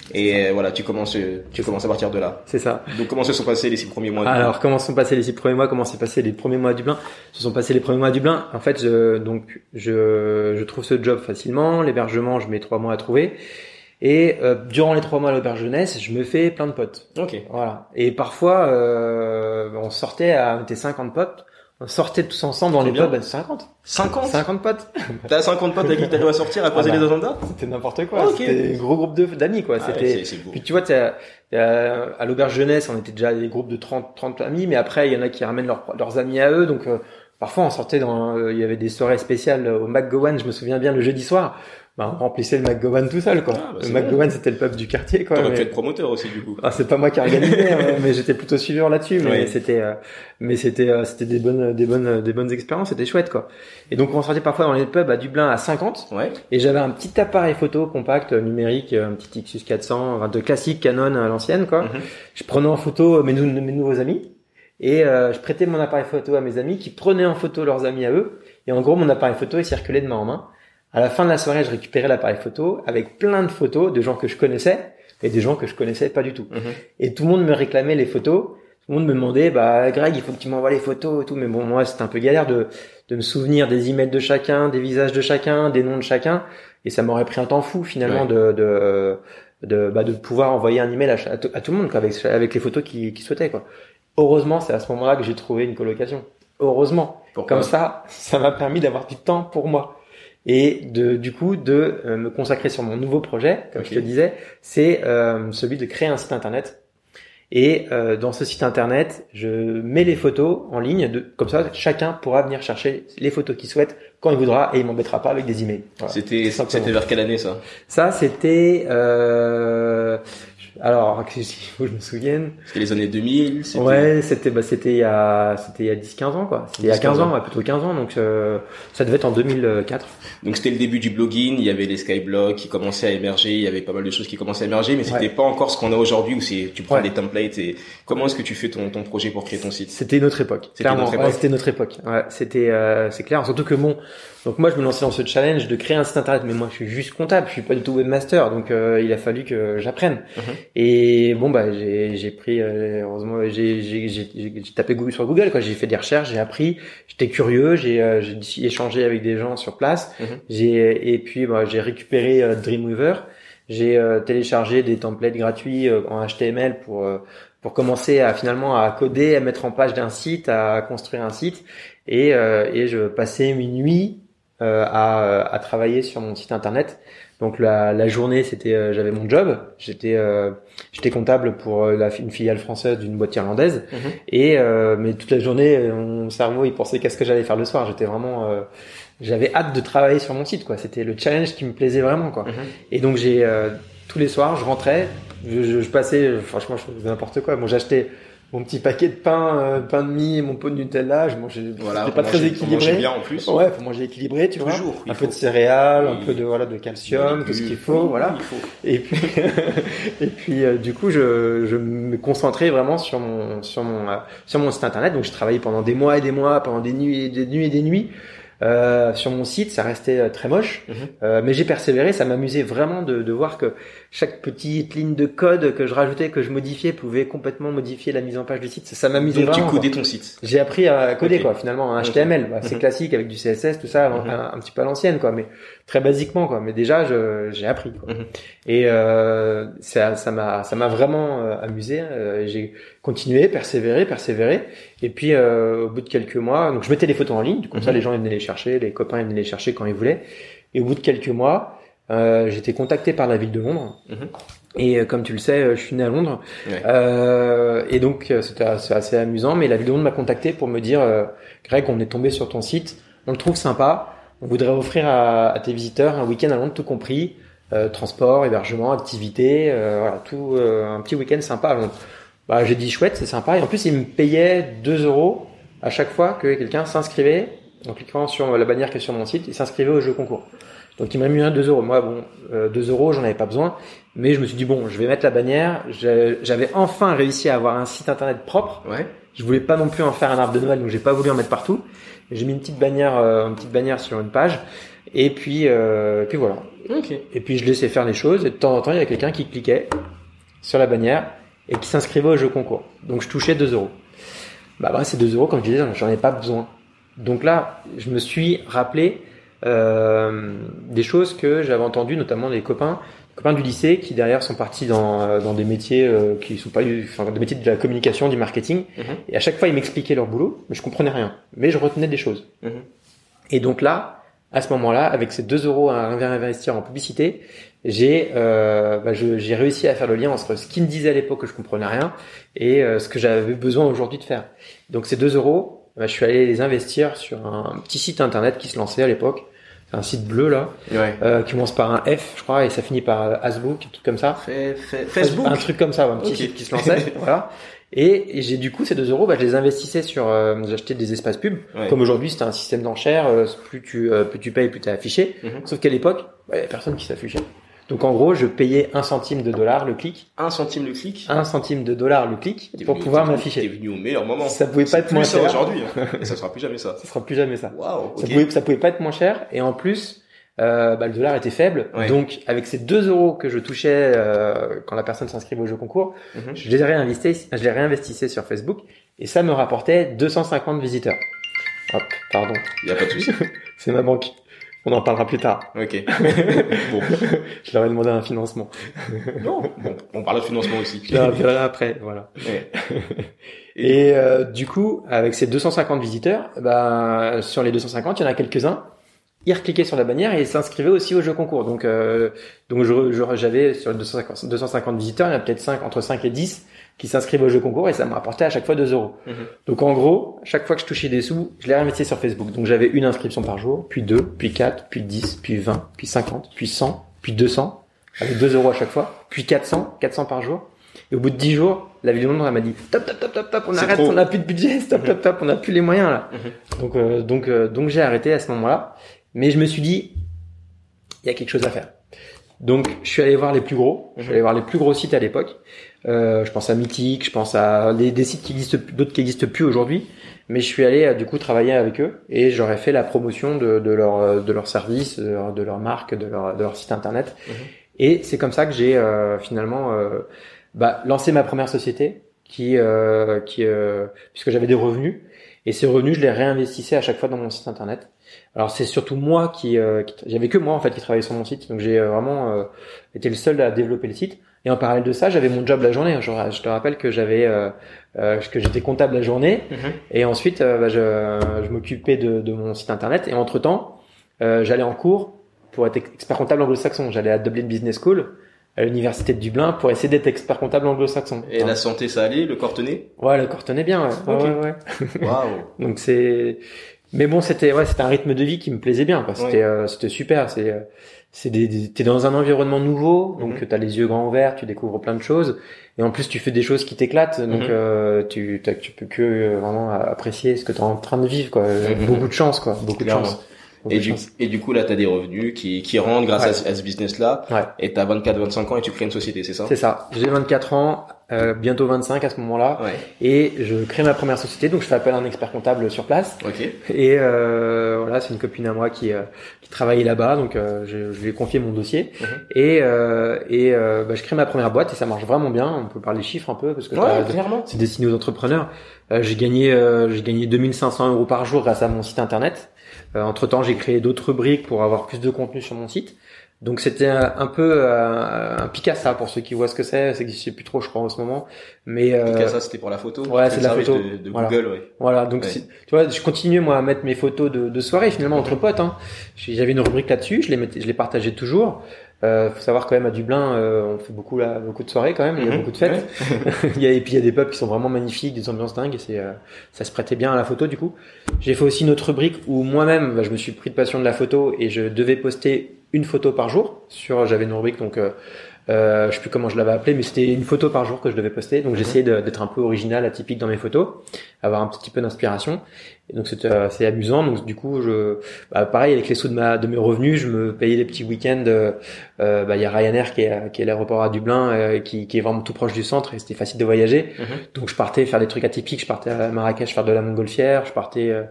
Et euh, voilà, tu commences, tu commences à partir de là. C'est ça. Donc comment se sont passés les six premiers mois? Alors comment se sont passés les six premiers mois? Comment s'est passé les premiers mois à Dublin? Se sont passés les premiers mois à Dublin. En fait, je, donc je, je trouve ce job facilement. L'hébergement, je mets trois mois à trouver. Et euh, durant les trois mois à l'auberge jeunesse, je me fais plein de potes. Ok. Voilà. Et parfois, euh, on sortait à, on était cinquante potes. On sortait tous ensemble dans les pubs à cinquante. cinquante? cinquante potes. T'as cinquante potes avec qui t'arrives à sortir, à croiser ah bah, les agendas? C'était n'importe quoi. Okay. C'était des gros groupes de, d'amis, quoi. Ah c'était, ouais, c'est, c'est beau. Puis tu vois, t'as, t'as, à l'auberge jeunesse, on était déjà des groupes de trente, trente amis, mais après, il y en a qui ramènent leurs, leurs amis à eux, donc, euh, parfois, on sortait dans, euh, il y avait des soirées spéciales au McGowan, je me souviens bien, le jeudi soir. Bah, on remplissait le McGowan tout seul, quoi. Ah, bah, le McGowan, c'était le pub du quartier, quoi. T'aurais mais... pu être promoteur aussi, du coup. Ah, c'est pas moi qui organisais, hein, mais j'étais plutôt suiveur là-dessus, mais oui. c'était, euh, mais c'était, euh, c'était des bonnes, des bonnes, des bonnes expériences, c'était chouette, quoi. Et donc, on sortait parfois dans les pubs à Dublin à cinquante. Ouais. Et j'avais un petit appareil photo compact, numérique, un petit X U S quatre cents, enfin, de classique Canon à l'ancienne, quoi. Mm-hmm. Je prenais en photo mes, mes nouveaux amis. Et, euh, je prêtais mon appareil photo à mes amis qui prenaient en photo leurs amis à eux. Et en gros, mon appareil photo, il circulait de main en main. À la fin de la soirée, je récupérais l'appareil photo avec plein de photos de gens que je connaissais et des gens que je connaissais pas du tout. Mmh. Et tout le monde me réclamait les photos. Tout le monde me demandait, bah, Greg, il faut que tu m'envoies les photos et tout. Mais bon, moi, c'était un peu galère de, de me souvenir des emails de chacun, des visages de chacun, des noms de chacun. Et ça m'aurait pris un temps fou, finalement, ouais. de, de, de, bah, de pouvoir envoyer un email à, à, à tout le monde, quoi, avec, avec les photos qu'ils, qu'ils souhaitaient, quoi. Heureusement, c'est à ce moment-là que j'ai trouvé une colocation. Heureusement. Pourquoi? Comme ça, ça m'a permis d'avoir du temps pour moi. Et de, du coup, de euh, me consacrer sur mon nouveau projet, comme okay. je te disais, c'est euh, celui de créer un site internet. Et euh, dans ce site internet, je mets les photos en ligne, de, comme ça, chacun pourra venir chercher les photos qu'il souhaite quand il voudra et il m'embêtera pas avec des emails. Voilà. C'était, c'était vers quelle année ça? Ça, c'était. Euh, Alors, il faut que je me souvienne. C'était les années deux mille. C'était... Ouais, c'était bah c'était il y a c'était il y a dix quinze ans quoi. C'était il y a quinze ans, ouais, plutôt quinze ans, donc euh, ça devait être en deux mille quatre. Donc c'était le début du blogging, il y avait les skyblogs qui commençaient à émerger, il y avait pas mal de choses qui commençaient à émerger, mais c'était ouais. pas encore ce qu'on a aujourd'hui où c'est tu prends ouais. des templates et comment est-ce que tu fais ton ton projet pour créer ton site? C'était une autre époque. C'était clairement. Notre époque. Ouais, c'était notre époque. Ouais, c'était euh, c'est clair, surtout que bon, donc moi je me lançais dans ce challenge de créer un site internet, mais moi je suis juste comptable, je suis pas du tout webmaster, donc euh, il a fallu que j'apprenne. Uh-huh. Et bon bah j'ai j'ai pris euh, heureusement j'ai j'ai j'ai j'ai tapé Google sur Google quoi, j'ai fait des recherches, j'ai appris, j'étais curieux, j'ai euh, j'ai échangé avec des gens sur place, uh-huh. j'ai et puis bah j'ai récupéré euh, Dreamweaver, j'ai euh, téléchargé des templates gratuits euh, en H T M L pour euh, pour commencer à finalement à coder, à mettre en page d'un site, à construire un site et euh, et je passais mes nuits euh, à à travailler sur mon site internet. Donc la, la journée, c'était, euh, j'avais mon job, j'étais, euh, j'étais comptable pour la, une filiale française d'une boîte irlandaise, mmh. et euh, mais toute la journée, mon cerveau, il pensait qu'est-ce que j'allais faire le soir. J'étais vraiment, euh, j'avais hâte de travailler sur mon site, quoi. C'était le challenge qui me plaisait vraiment, quoi. Mmh. Et donc j'ai euh, tous les soirs, je rentrais, je, je, je passais, franchement, je faisais n'importe quoi. Bon, j'achetais mon petit paquet de pain, euh, pain de mie et mon pot de Nutella, je mangeais, voilà, c'était pas manger, très équilibré. Bien en plus. Ouais, faut manger équilibré, tu Toujours, vois. Un faut. peu de céréales, oui. un peu de, voilà, de calcium, oui, tout ce qu'il oui, faut, oui, voilà. Il faut. Et puis, et puis, euh, du coup, je, je me concentrais vraiment sur mon, sur mon, euh, sur mon site internet. Donc, je travaillais pendant des mois et des mois, pendant des nuits et des nuits et des nuits. Euh, sur mon site, ça restait euh, très moche, mmh. euh, mais j'ai persévéré. Ça m'amusait vraiment de, de voir que chaque petite ligne de code que je rajoutais, que je modifiais, pouvait complètement modifier la mise en page du site. Ça, ça m'amusait Donc vraiment. Donc tu codais quoi. ton site. J'ai appris à coder, okay. quoi. Finalement, un okay. H T M L, bah, c'est mmh. classique avec du C S S, tout ça, mmh. un, un petit peu à l'ancienne, quoi. Mais très basiquement, quoi. Mais déjà, je, j'ai appris. Quoi. Mmh. Et euh, ça, ça m'a, ça m'a vraiment euh, amusé. Euh, j'ai continué, persévéré, persévéré. Et puis, euh, au bout de quelques mois, donc je mettais les photos en ligne. Comme mmh. ça, les gens ils venaient les chercher, les copains ils venaient les chercher quand ils voulaient. Et au bout de quelques mois, euh, j'étais contacté par la ville de Londres. Mmh. Et euh, comme tu le sais, je suis né à Londres. Ouais. Euh, et donc, c'était assez, assez amusant. Mais la ville de Londres m'a contacté pour me dire, euh, Greg, on est tombé sur ton site, on le trouve sympa. On voudrait offrir à, à tes visiteurs un week-end à Londres, tout compris, euh, transport, hébergement, activités, euh, voilà, tout, euh, un petit week-end sympa à Londres. Bah, j'ai dit chouette, c'est sympa. Et en plus, ils me payaient deux euros à chaque fois que quelqu'un s'inscrivait, en cliquant sur la bannière qui est sur mon site, il s'inscrivait au jeu concours. Donc, il m'a mis un deux euros. Moi, bon, euh, deux euros, j'en avais pas besoin. Mais je me suis dit, bon, je vais mettre la bannière. J'avais enfin réussi à avoir un site internet propre. Ouais. Je voulais pas non plus en faire un arbre de Noël, donc j'ai pas voulu en mettre partout. J'ai mis une petite bannière, euh, une petite bannière sur une page. Et puis, euh, et puis voilà. Ok. Et puis je laissais faire les choses. Et de temps en temps, il y a quelqu'un qui cliquait sur la bannière et qui s'inscrivait au jeu concours. Donc je touchais deux euros. Bah après ces deux euros, comme je disais, j'en ai pas besoin. Donc là, je me suis rappelé euh, des choses que j'avais entendues, notamment des copains, des copains du lycée qui derrière sont partis dans euh, dans des métiers euh, qui sont pas, enfin des métiers de la communication, du marketing. Mm-hmm. Et à chaque fois, ils m'expliquaient leur boulot, mais je comprenais rien. Mais je retenais des choses. Mm-hmm. Et donc là, à ce moment-là, avec ces deux euros à investir en publicité, j'ai euh, bah, je, j'ai réussi à faire le lien entre ce qu'ils me disaient à l'époque que je comprenais rien et euh, ce que j'avais besoin aujourd'hui de faire. Donc ces deux euros, bah, je suis allé les investir sur un petit site internet qui se lançait à l'époque. C'est un site bleu là, ouais. euh, qui commence par un F, je crois, et ça finit par Facebook, un truc comme ça. Fait, fait, Facebook. Un truc comme ça, ouais, un petit okay. site qui se lançait. Voilà. Et, et j'ai du coup ces deux euros, bah, je les investissais sur, euh, j'achetais des espaces pubs. Ouais. Comme aujourd'hui, c'était un système d'enchères. Euh, plus tu, euh, plus tu payes, plus t'es affiché. Mm-hmm. Sauf qu'à l'époque, bah, y avait personne qui s'affichait. Donc en gros, je payais un centime de dollar le clic. Un centime le clic. Un centime de dollar le clic t'es pour venu, pouvoir t'es m'afficher. T'es venu au meilleur moment. Ça pouvait pas être moins cher. aujourd'hui. Hein. Et ça sera plus jamais ça. Ça sera plus jamais ça. Waouh. Okay. Ça pouvait, ça pouvait pas être moins cher. Et en plus, euh, bah, le dollar était faible. Ouais. Donc avec ces deux euros que je touchais euh, quand la personne s'inscrivait au jeu concours, mm-hmm. je les réinvestissais, je les réinvestissais sur Facebook et ça me rapportait deux cent cinquante visiteurs. Hop, pardon. Il y a pas de souci. C'est ma banque. On en parlera plus tard. Ok. Bon. Je leur ai demandé un financement. Non. Bon, on parle de financement aussi. Je leur verrai après, voilà. Ouais. Et, Et euh, du coup, avec ces deux cent cinquante visiteurs, bah sur les deux cent cinquante, il y en a quelques-uns. Ils recliquaient sur la bannière et ils s'inscrivaient aussi au jeu concours. Donc, euh, donc je, je, j'avais sur les deux cent cinquante, deux cent cinquante visiteurs, il y en a peut-être cinq, entre cinq et dix qui s'inscrivaient au jeu concours et ça me rapportait à chaque fois deux euros. Mmh. Donc en gros, chaque fois que je touchais des sous, je les réinvestissais sur Facebook. Donc j'avais une inscription par jour, puis deux, puis quatre, puis dix, puis vingt, puis cinquante, puis cent, puis deux cents, avec deux euros à chaque fois, puis quatre cents, quatre cents par jour. Et au bout de dix jours, la ville de Londres, elle m'a dit top, top, top, top, top, on c'est arrête, trop. On n'a plus de budget, stop, top, top, on n'a plus les moyens là. Mmh. Donc, euh, donc, euh, donc j'ai arrêté à ce moment-là. Mais je me suis dit, il y a quelque chose à faire. Donc, je suis allé voir les plus gros. Je suis allé voir les plus gros sites à l'époque. Euh, je pense à Mythique, je pense à des, des sites qui existent, d'autres qui existent plus aujourd'hui. Mais je suis allé, du coup, travailler avec eux et j'aurais fait la promotion de, de leur, de leur service, de leur, de leur marque, de leur, de leur site internet. Mmh. Et c'est comme ça que j'ai, euh, finalement, euh, bah, lancé ma première société qui, euh, qui, euh, puisque j'avais des revenus. Et ces revenus, je les réinvestissais à chaque fois dans mon site internet. Alors c'est surtout moi qui, euh, qui j'avais que moi en fait qui travaillait sur mon site, donc j'ai euh, vraiment euh, été le seul à développer le site. Et en parallèle de ça, j'avais mon job la journée. Je, je te rappelle que j'avais euh, euh, que j'étais comptable la journée, mm-hmm. et ensuite euh, bah, je, je m'occupais de, de mon site internet. Et entre temps, euh, j'allais en cours pour être expert comptable anglo-saxon. J'allais à Dublin Business School, à l'université de Dublin, pour essayer d'être expert comptable anglo-saxon. Et enfin, la santé, ça allait, le corps tenait? Ouais, le corps tenait bien. Ouais, okay. ouais, ouais. Waouh. Donc c'est Mais bon, c'était ouais, c'était un rythme de vie qui me plaisait bien, quoi. C'était, ouais. euh, c'était super. C'est, euh, c'est des, des, t'es dans un environnement nouveau, donc mm-hmm. t'as les yeux grands ouverts, tu découvres plein de choses, et en plus tu fais des choses qui t'éclatent, donc mm-hmm. euh, tu, tu peux que euh, vraiment apprécier ce que t'es en train de vivre, quoi. Mm-hmm. Beaucoup de chance, quoi. Beaucoup de Clairement. chance. Et du, et du coup, là, t'as des revenus qui, qui rentrent grâce ouais. à, ce, à ce business-là. Ouais. Et t'as vingt-quatre, vingt-cinq ans et tu crées une société, c'est ça? C'est ça. J'ai vingt-quatre ans, euh, bientôt vingt-cinq à ce moment-là. Ouais. Et je crée ma première société, donc je fais appel à un expert comptable sur place. Ok. Et, euh, voilà, c'est une copine à moi qui, euh, qui travaillait là-bas, donc, euh, je, je lui ai confié mon dossier. Mm-hmm. Et, euh, et, euh, bah, je crée ma première boîte et ça marche vraiment bien. On peut parler chiffres un peu, parce que ouais, clairement. c'est destiné aux entrepreneurs. Euh, j'ai gagné, euh, j'ai gagné deux mille cinq cents euros par jour grâce à mon site internet. Euh, entre temps, j'ai créé d'autres rubriques pour avoir plus de contenu sur mon site. Donc c'était un, un peu euh, un Picasa pour ceux qui voient ce que c'est. Ça n'existe plus trop, je crois, en ce moment. Mais euh, Picasa, c'était pour la photo. Ouais, c'est de la photo de, de voilà. Google, ouais. Voilà. Donc ouais. tu vois, je continuais moi à mettre mes photos de, de soirée finalement entre potes. Hein. J'avais une rubrique là-dessus. Je les mettais, je les partageais toujours. Euh, faut savoir quand même à Dublin, euh, on fait beaucoup là, beaucoup de soirées quand même. Il y a mm-hmm. beaucoup de fêtes. Ouais. il y a, et puis il y a des pubs qui sont vraiment magnifiques, des ambiances dingues. Et c'est, euh, ça se prêtait bien à la photo du coup. J'ai fait aussi une autre rubrique où moi-même, bah, je me suis pris de passion de la photo et je devais poster une photo par jour. Sur, j'avais une rubrique donc. Euh, Euh, je sais plus comment je l'avais appelé, mais c'était une photo par jour que je devais poster. Donc, mmh. j'essayais de, d'être un peu original, atypique dans mes photos, avoir un petit peu d'inspiration. Et donc, c'était assez amusant. Donc, du coup, je, bah, pareil, avec les sous de ma, de mes revenus, je me payais des petits week-ends. Euh, bah, il y a Ryanair qui est, qui est l'aéroport à Dublin, euh, qui, qui est vraiment tout proche du centre et c'était facile de voyager. Mmh. Donc, je partais faire des trucs atypiques. Je partais à Marrakech faire de la montgolfière. Je partais, euh,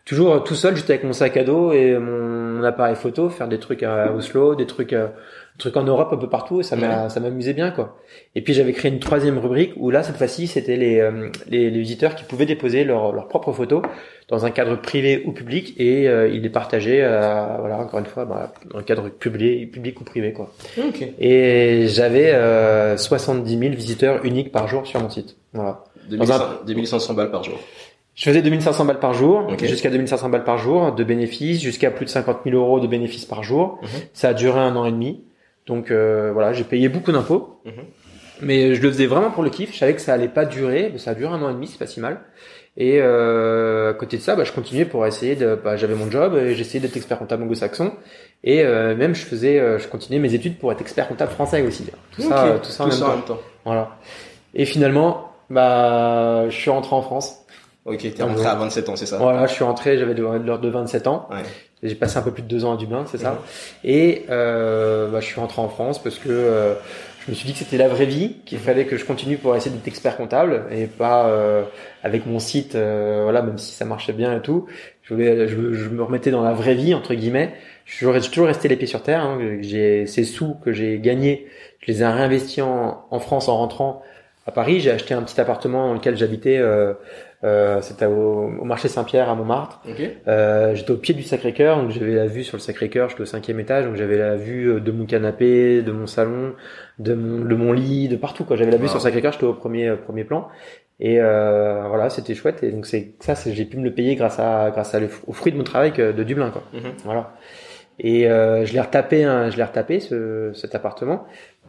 toujours tout seul, juste avec mon sac à dos et mon appareil photo, faire des trucs à Oslo, des trucs, euh, des trucs en Europe un peu partout. Et ça m'a, ouais. ça m'amusait bien, quoi. Et puis j'avais créé une troisième rubrique où là, cette fois-ci, c'était les, euh, les, les visiteurs qui pouvaient déposer leurs leurs propres photos dans un cadre privé ou public et euh, ils les partageaient, euh, voilà, encore une fois, bah, dans un cadre public, public ou privé, quoi. Okay. Et j'avais euh, soixante-dix mille visiteurs uniques par jour sur mon site. Voilà. deux mille cinq cents balles par jour. Je faisais deux mille cinq cents balles par jour, okay. jusqu'à deux mille cinq cents balles par jour de bénéfices, jusqu'à plus de cinquante mille euros de bénéfices par jour. Mm-hmm. Ça a duré un an et demi. Donc euh, voilà, j'ai payé beaucoup d'impôts. Mm-hmm. Mais je le faisais vraiment pour le kiff. Je savais que ça allait pas durer. Mais ça a duré un an et demi, c'est pas si mal. Et euh, à côté de ça, bah, je continuais pour essayer de. Bah, j'avais mon job, et j'essayais d'être expert comptable anglo-saxon, et euh, même je faisais, euh, je continuais mes études pour être expert comptable français aussi. Tout okay. ça, tout ça, en, tout même, ça temps. en même temps. Voilà. Et finalement, bah, je suis rentré en France. Ok, t'es rentré à vingt-sept ans, c'est ça? Voilà, je suis rentré, j'avais l'heure de vingt-sept ans. Ouais. J'ai passé un peu plus de deux ans à Dublin, c'est ça. Mmh. Et euh, bah, je suis rentré en France parce que euh, je me suis dit que c'était la vraie vie, qu'il fallait que je continue pour essayer d'être expert comptable et pas euh, avec mon site, euh, voilà, même si ça marchait bien et tout. Je voulais, je, je me remettais dans la vraie vie entre guillemets. Je suis toujours, toujours resté les pieds sur terre. Hein. J'ai ces sous que j'ai gagnés, je les ai réinvestis en, en France en rentrant à Paris. J'ai acheté un petit appartement dans lequel j'habitais. Euh, Euh, c'était au, au marché Saint-Pierre à Montmartre. Okay. Euh, j'étais au pied du Sacré-Cœur, donc j'avais la vue sur le Sacré-Cœur. J'étais au cinquième étage, donc j'avais la vue de mon canapé, de mon salon, de mon, de mon lit, de partout, quoi. J'avais la vue wow. sur le Sacré-Cœur. J'étais au premier, euh, premier plan. Et euh, voilà, c'était chouette. Et donc c'est ça, c'est, j'ai pu me le payer grâce à, grâce à le, au fruit de mon travail que, de Dublin, quoi. Mm-hmm. Voilà. Et euh, je l'ai retapé, hein, je l'ai retapé ce, cet appartement.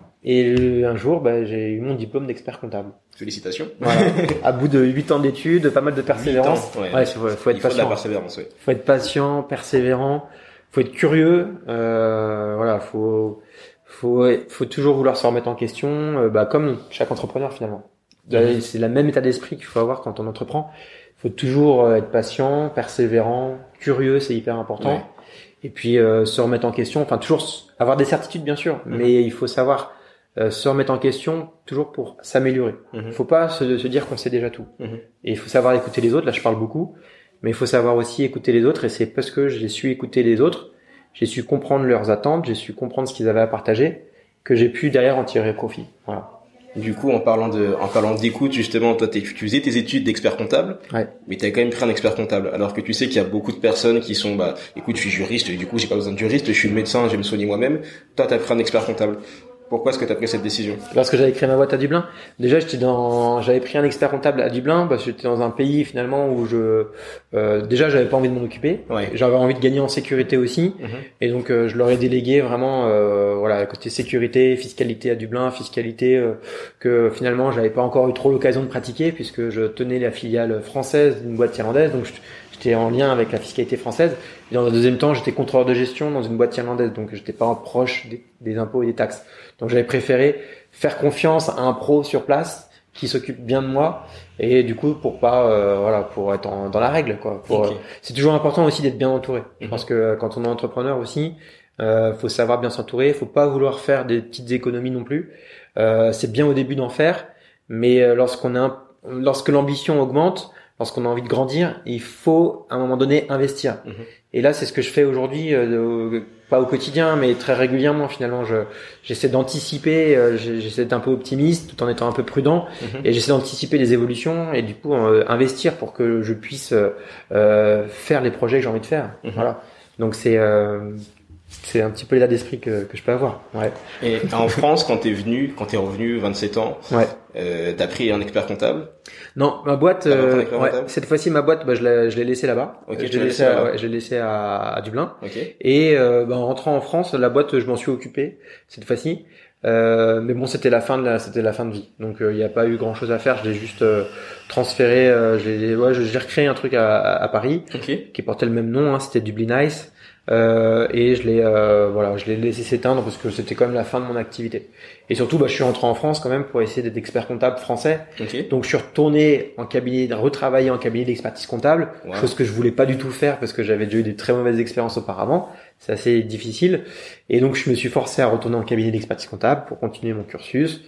Et un jour, bah, j'ai eu mon diplôme d'expert comptable. Félicitations. Voilà. À bout de huit ans d'études, pas mal de persévérance. huit ans, ouais. Ouais, faut, faut être Il faut patient. de la persévérance, oui. Faut être patient, persévérant. Faut être curieux. Euh, voilà, faut, faut, faut toujours vouloir se remettre en question. Euh, bah, comme chaque entrepreneur finalement. Mmh. C'est le même état d'esprit qu'il faut avoir quand on entreprend. Faut toujours être patient, persévérant, curieux, c'est hyper important. Ouais. Et puis euh, se remettre en question. Enfin, toujours avoir des certitudes bien sûr, mmh. mais il faut savoir Euh, se remettre en question toujours pour s'améliorer. Il mm-hmm. faut pas se, se dire qu'on sait déjà tout. Mm-hmm. Et il faut savoir écouter les autres. Là, je parle beaucoup, mais il faut savoir aussi écouter les autres. Et c'est parce que j'ai su écouter les autres, j'ai su comprendre leurs attentes, j'ai su comprendre ce qu'ils avaient à partager, que j'ai pu derrière en tirer profit. Voilà. Du coup, en parlant de, en parlant d'écoute, justement, toi, tu faisais tes études d'expert comptable, ouais. mais t'as quand même pris un expert comptable. Alors que tu sais qu'il y a beaucoup de personnes qui sont, bah, écoute, je suis juriste, du coup, j'ai pas besoin de juriste, je suis médecin, je vais me soigner moi-même. Toi, t'as pris un expert comptable. Pourquoi est-ce que tu as pris cette décision? Lorsque j'avais créé ma boîte à Dublin, déjà j'étais dans, j'avais pris un expert comptable à Dublin parce que j'étais dans un pays finalement où je, euh, déjà j'avais pas envie de m'en occuper, ouais. j'avais envie de gagner en sécurité aussi, mm-hmm. et donc euh, je leur ai délégué vraiment, euh, voilà, côté sécurité, fiscalité à Dublin, fiscalité euh, que finalement j'avais pas encore eu trop l'occasion de pratiquer puisque je tenais la filiale française d'une boîte irlandaise, donc je, j'étais en lien avec la fiscalité française. Et dans un deuxième temps, j'étais contrôleur de gestion dans une boîte irlandaise, donc j'étais pas proche des, des impôts et des taxes. Donc j'avais préféré faire confiance à un pro sur place qui s'occupe bien de moi et du coup pour pas euh, voilà pour être en, dans la règle quoi. Pour, okay. euh, c'est toujours important aussi d'être bien entouré. Mm-hmm. Je pense que quand on est entrepreneur aussi, euh, faut savoir bien s'entourer. Faut pas vouloir faire des petites économies non plus. Euh, c'est bien au début d'en faire, mais lorsqu'on a un, lorsque l'ambition augmente, lorsqu'on a envie de grandir, il faut à un moment donné investir. Mmh. Et là, c'est ce que je fais aujourd'hui, euh, pas au quotidien, mais très régulièrement finalement. Je, j'essaie d'anticiper, euh, j'essaie d'être un peu optimiste tout en étant un peu prudent, mmh. et j'essaie d'anticiper les évolutions et du coup euh, investir pour que je puisse euh, faire les projets que j'ai envie de faire. Mmh. Voilà. Donc c'est euh, c'est un petit peu l'état d'esprit que, que je peux avoir. Ouais. Et en France, quand t'es venu, quand t'es revenu, vingt-sept ans, ouais. euh, t'as pris un expert comptable? Non, ma boîte, euh, ouais, cette fois-ci, ma boîte, bah, je l'ai, je l'ai laissée là-bas. Okay, je l'ai laissée, à, ouais, je l'ai laissée à, à Dublin. Okay. Et euh, bah, en rentrant en France, la boîte, je m'en suis occupé cette fois-ci. Euh, mais bon, c'était la fin de la, c'était la fin de vie. Donc il euh, n'y a pas eu grand-chose à faire. Je l'ai juste euh, transféré. Euh, j'ai, ouais, j'ai recréé un truc à, à, à Paris, okay. qui portait le même nom. Hein, c'était Dublinice. Euh, et je l'ai euh, voilà je l'ai laissé s'éteindre parce que c'était quand même la fin de mon activité et surtout bah je suis rentré en France quand même pour essayer d'être expert comptable français. Okay. Donc je suis retourné en cabinet, retravailler en cabinet d'expertise comptable, wow. chose que je voulais pas du tout faire parce que j'avais déjà eu des très mauvaises expériences auparavant, c'est assez difficile et donc je me suis forcé à retourner en cabinet d'expertise comptable pour continuer mon cursus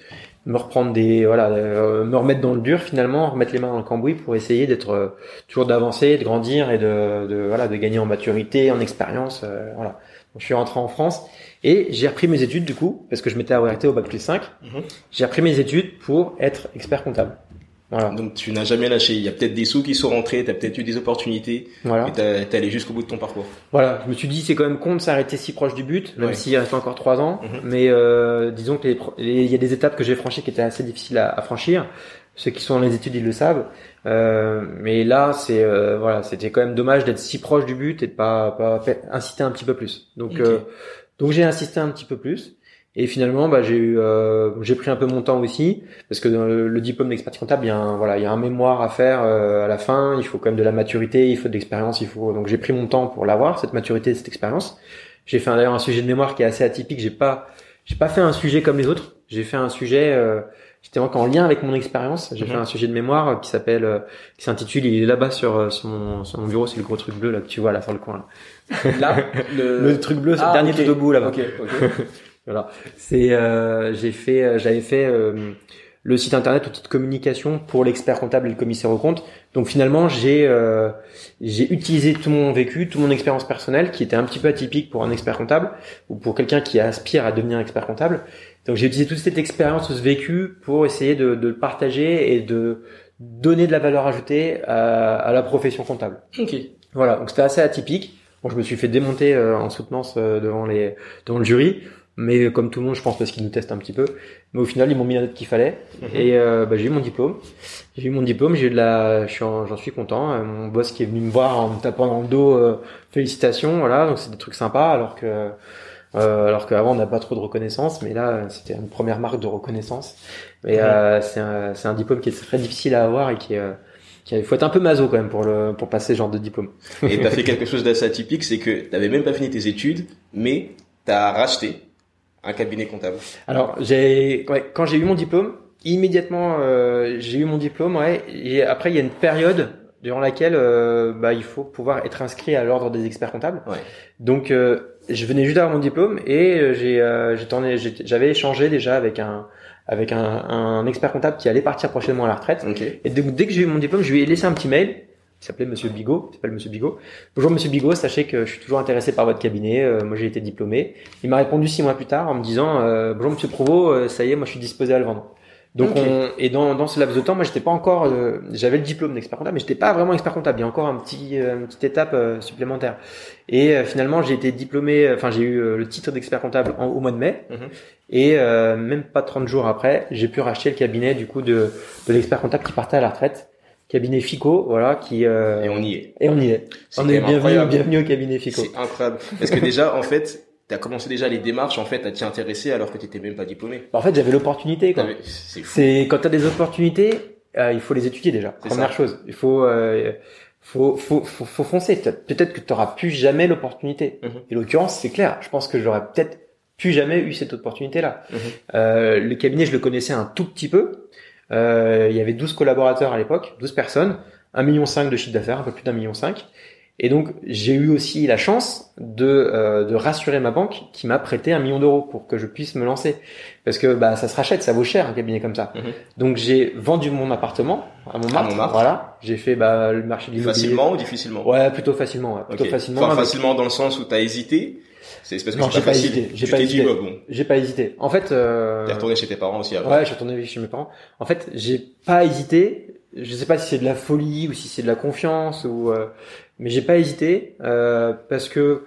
me reprendre des voilà, euh, me remettre dans le dur finalement, remettre les mains dans le cambouis pour essayer d'être euh, toujours d'avancer, de grandir et de, de voilà, de gagner en maturité, en expérience. Euh, voilà. Donc, je suis rentré en France et j'ai repris mes études du coup parce que je m'étais arrêté au bac plus cinq. Mm-hmm. J'ai repris mes études pour être expert comptable. Voilà. Donc tu n'as jamais lâché. Il y a peut-être des sous qui sont rentrés, tu as peut-être eu des opportunités, voilà. Et t'as, t'es allé jusqu'au bout de ton parcours. Voilà, je me suis dit c'est quand même con de s'arrêter si proche du but, même ouais. s'il reste encore trois ans. Mm-hmm. Mais euh, disons que les, les, il y a des étapes que j'ai franchies qui étaient assez difficiles à, à franchir. Ceux qui sont dans les études ils le savent. Euh, mais là c'est euh, voilà, c'était quand même dommage d'être si proche du but et de pas, pas, pas insister un petit peu plus. Donc okay. euh, donc j'ai insisté un petit peu plus. Et finalement, bah, j'ai eu, euh, j'ai pris un peu mon temps aussi, parce que dans le, le diplôme d'expertise comptable, il y a un, voilà, il y a un mémoire à faire euh, à la fin. Il faut quand même de la maturité, il faut de l'expérience, il faut. Donc j'ai pris mon temps pour l'avoir, cette maturité, cette expérience. J'ai fait d'ailleurs un sujet de mémoire qui est assez atypique. J'ai pas, j'ai pas fait un sujet comme les autres. J'ai fait un sujet, euh, j'étais encore en lien avec mon expérience. J'ai mm-hmm. fait un sujet de mémoire qui s'appelle, euh, qui s'intitule, il est là-bas sur, sur mon, sur mon bureau, c'est le gros truc bleu là que tu vois là sur le coin là. Là, le, le truc bleu, c'est ah, le dernier okay. tout au bout là-bas. Okay, okay. Voilà, c'est euh, j'ai fait euh, j'avais fait euh, le site internet outil de communication pour l'expert comptable et le commissaire aux comptes. Donc finalement, j'ai euh, j'ai utilisé tout mon vécu, toute mon expérience personnelle qui était un petit peu atypique pour un expert comptable ou pour quelqu'un qui aspire à devenir expert comptable. Donc j'ai utilisé toute cette expérience, tout ce vécu pour essayer de de le partager et de donner de la valeur ajoutée à, à la profession comptable. OK. Voilà, donc c'était assez atypique. Bon, je me suis fait démonter euh, en soutenance euh, devant les devant le jury. Mais comme tout le monde, je pense parce qu'ils nous testent un petit peu. Mais au final, ils m'ont mis la note qu'il fallait. Mmh. Et euh, bah, j'ai eu mon diplôme. J'ai eu mon diplôme. J'ai eu de la, je suis, en, j'en suis content. Euh, mon boss qui est venu me voir en me tapant dans le dos, euh, félicitations. Voilà, donc c'est des trucs sympas. Alors que, euh, alors qu'avant on n'a pas trop de reconnaissance, mais là c'était une première marque de reconnaissance. Et mmh. euh, c'est un, c'est un diplôme qui est très difficile à avoir et qui est, il faut être un peu maso quand même pour le pour passer ce genre de diplôme. Et t'as fait quelque chose d'assez atypique, c'est que t'avais même pas fini tes études, mais t'as racheté un cabinet comptable. Alors, j'ai, ouais, quand j'ai eu mon diplôme, immédiatement, euh, j'ai eu mon diplôme, ouais, et après, il y a une période durant laquelle, euh, bah, il faut pouvoir être inscrit à l'ordre des experts comptables. Ouais. Donc, euh, je venais juste d'avoir mon diplôme et j'ai, euh, j'ai tourné, j'ai, j'avais échangé déjà avec un, avec un, un expert comptable qui allait partir prochainement à la retraite. Okay. Et donc, dès que j'ai eu mon diplôme, je lui ai laissé un petit mail. Il s'appelait Monsieur Bigot, il s'appelle Monsieur Bigot. Bonjour Monsieur Bigot, sachez que je suis toujours intéressé par votre cabinet. Euh, moi, j'ai été diplômé. Il m'a répondu six mois plus tard en me disant euh, bonjour Monsieur Provost, euh, ça y est, moi je suis disposé à le vendre. Donc, okay. on, et dans, dans ce laps de temps, moi, j'étais pas encore, euh, j'avais le diplôme d'expert comptable, mais j'étais pas vraiment expert comptable. Il y a encore un petit, euh, une petite étape euh, supplémentaire. Et euh, finalement, j'ai été diplômé, enfin, j'ai eu euh, le titre d'expert comptable en, au mois de mai. Mm-hmm. Et euh, même pas trente jours après, j'ai pu racheter le cabinet du coup de, de l'expert comptable qui partait à la retraite. Cabinet Fico, voilà, qui euh... et on y est. Et on y est. C'est on est bienvenue, bienvenue au cabinet Fico. C'est incroyable. Parce que déjà, en fait, t'as commencé déjà les démarches, en fait, à t'y intéresser alors que t'étais même pas diplômé. En fait, j'avais l'opportunité, quoi. C'est fou. C'est quand t'as des opportunités, euh, il faut les étudier déjà. C'est Première ça. chose, il faut, euh, faut, faut, faut, faut foncer. Peut-être que t'auras plus jamais l'opportunité. Mm-hmm. Et l'occurrence, c'est clair. Je pense que j'aurais peut-être plus jamais eu cette opportunité-là. Mm-hmm. Euh, le cabinet, je le connaissais un tout petit peu. Euh, il y avait douze collaborateurs à l'époque, douze personnes. un virgule cinq million de chiffre d'affaires, un peu plus d'un million cinq. Et donc, j'ai eu aussi la chance de, euh, de rassurer ma banque qui m'a prêté un million d'euros pour que je puisse me lancer. Parce que, bah, ça se rachète, ça vaut cher, un cabinet comme ça. Mm-hmm. Donc, j'ai vendu mon appartement à Montmartre. À Montmartre. Voilà. J'ai fait, bah, le marché de l'immobilier. Facilement ou difficilement? Ouais, plutôt facilement, ouais. Plutôt okay. facilement. Enfin, facilement dans le sens où t'as hésité. C'est parce que non, c'est j'ai pas pas facile. hésité. J'ai tu pas t'es hésité. dit, bah, bon. J'ai pas hésité. En fait, euh... T'es retourné chez tes parents aussi avant. Ouais, je suis retourné chez mes parents. En fait, j'ai pas hésité. Je sais pas si c'est de la folie ou si c'est de la confiance ou, euh... mais j'ai pas hésité, euh, parce que,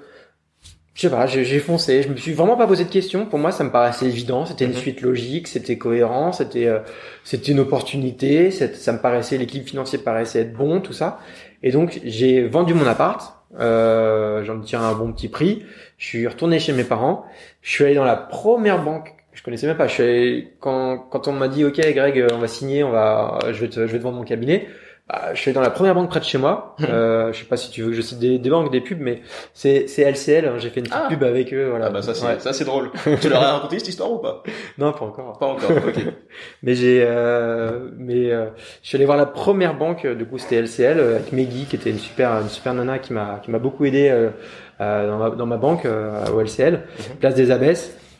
je sais pas, j'ai, j'ai foncé. Je me suis vraiment pas posé de questions. Pour moi, ça me paraissait évident. C'était une mm-hmm. suite logique. C'était cohérent. C'était, euh, c'était une opportunité. C'était, ça me paraissait, l'équilibre financier paraissait être bon, tout ça. Et donc, j'ai vendu mon appart. Euh, j'en tiens un bon petit prix. Je suis retourné chez mes parents. Je suis allé dans la première banque. Je connaissais même pas. Je suis allé, quand, quand on m'a dit, OK, Greg, on va signer, on va, je vais te, je vais te vendre mon cabinet. Bah, je suis allé dans la première banque près de chez moi. Euh, je sais pas si tu veux que je cite des, des banques, des pubs, mais c'est, c'est L C L. Hein, j'ai fait une petite ah. pub avec eux, voilà. Ah, bah, ça, c'est, ouais. ça, c'est drôle. Tu leur as raconté cette histoire ou pas? Non, pas encore. Pas encore. OK. mais j'ai, euh, mais, euh, je suis allé voir la première banque, du coup, c'était L C L, avec Meggy, qui était une super, une super nana qui m'a, qui m'a beaucoup aidé, euh, dans ma, dans ma banque, euh, au L C L, mm-hmm. Place des Abbesses.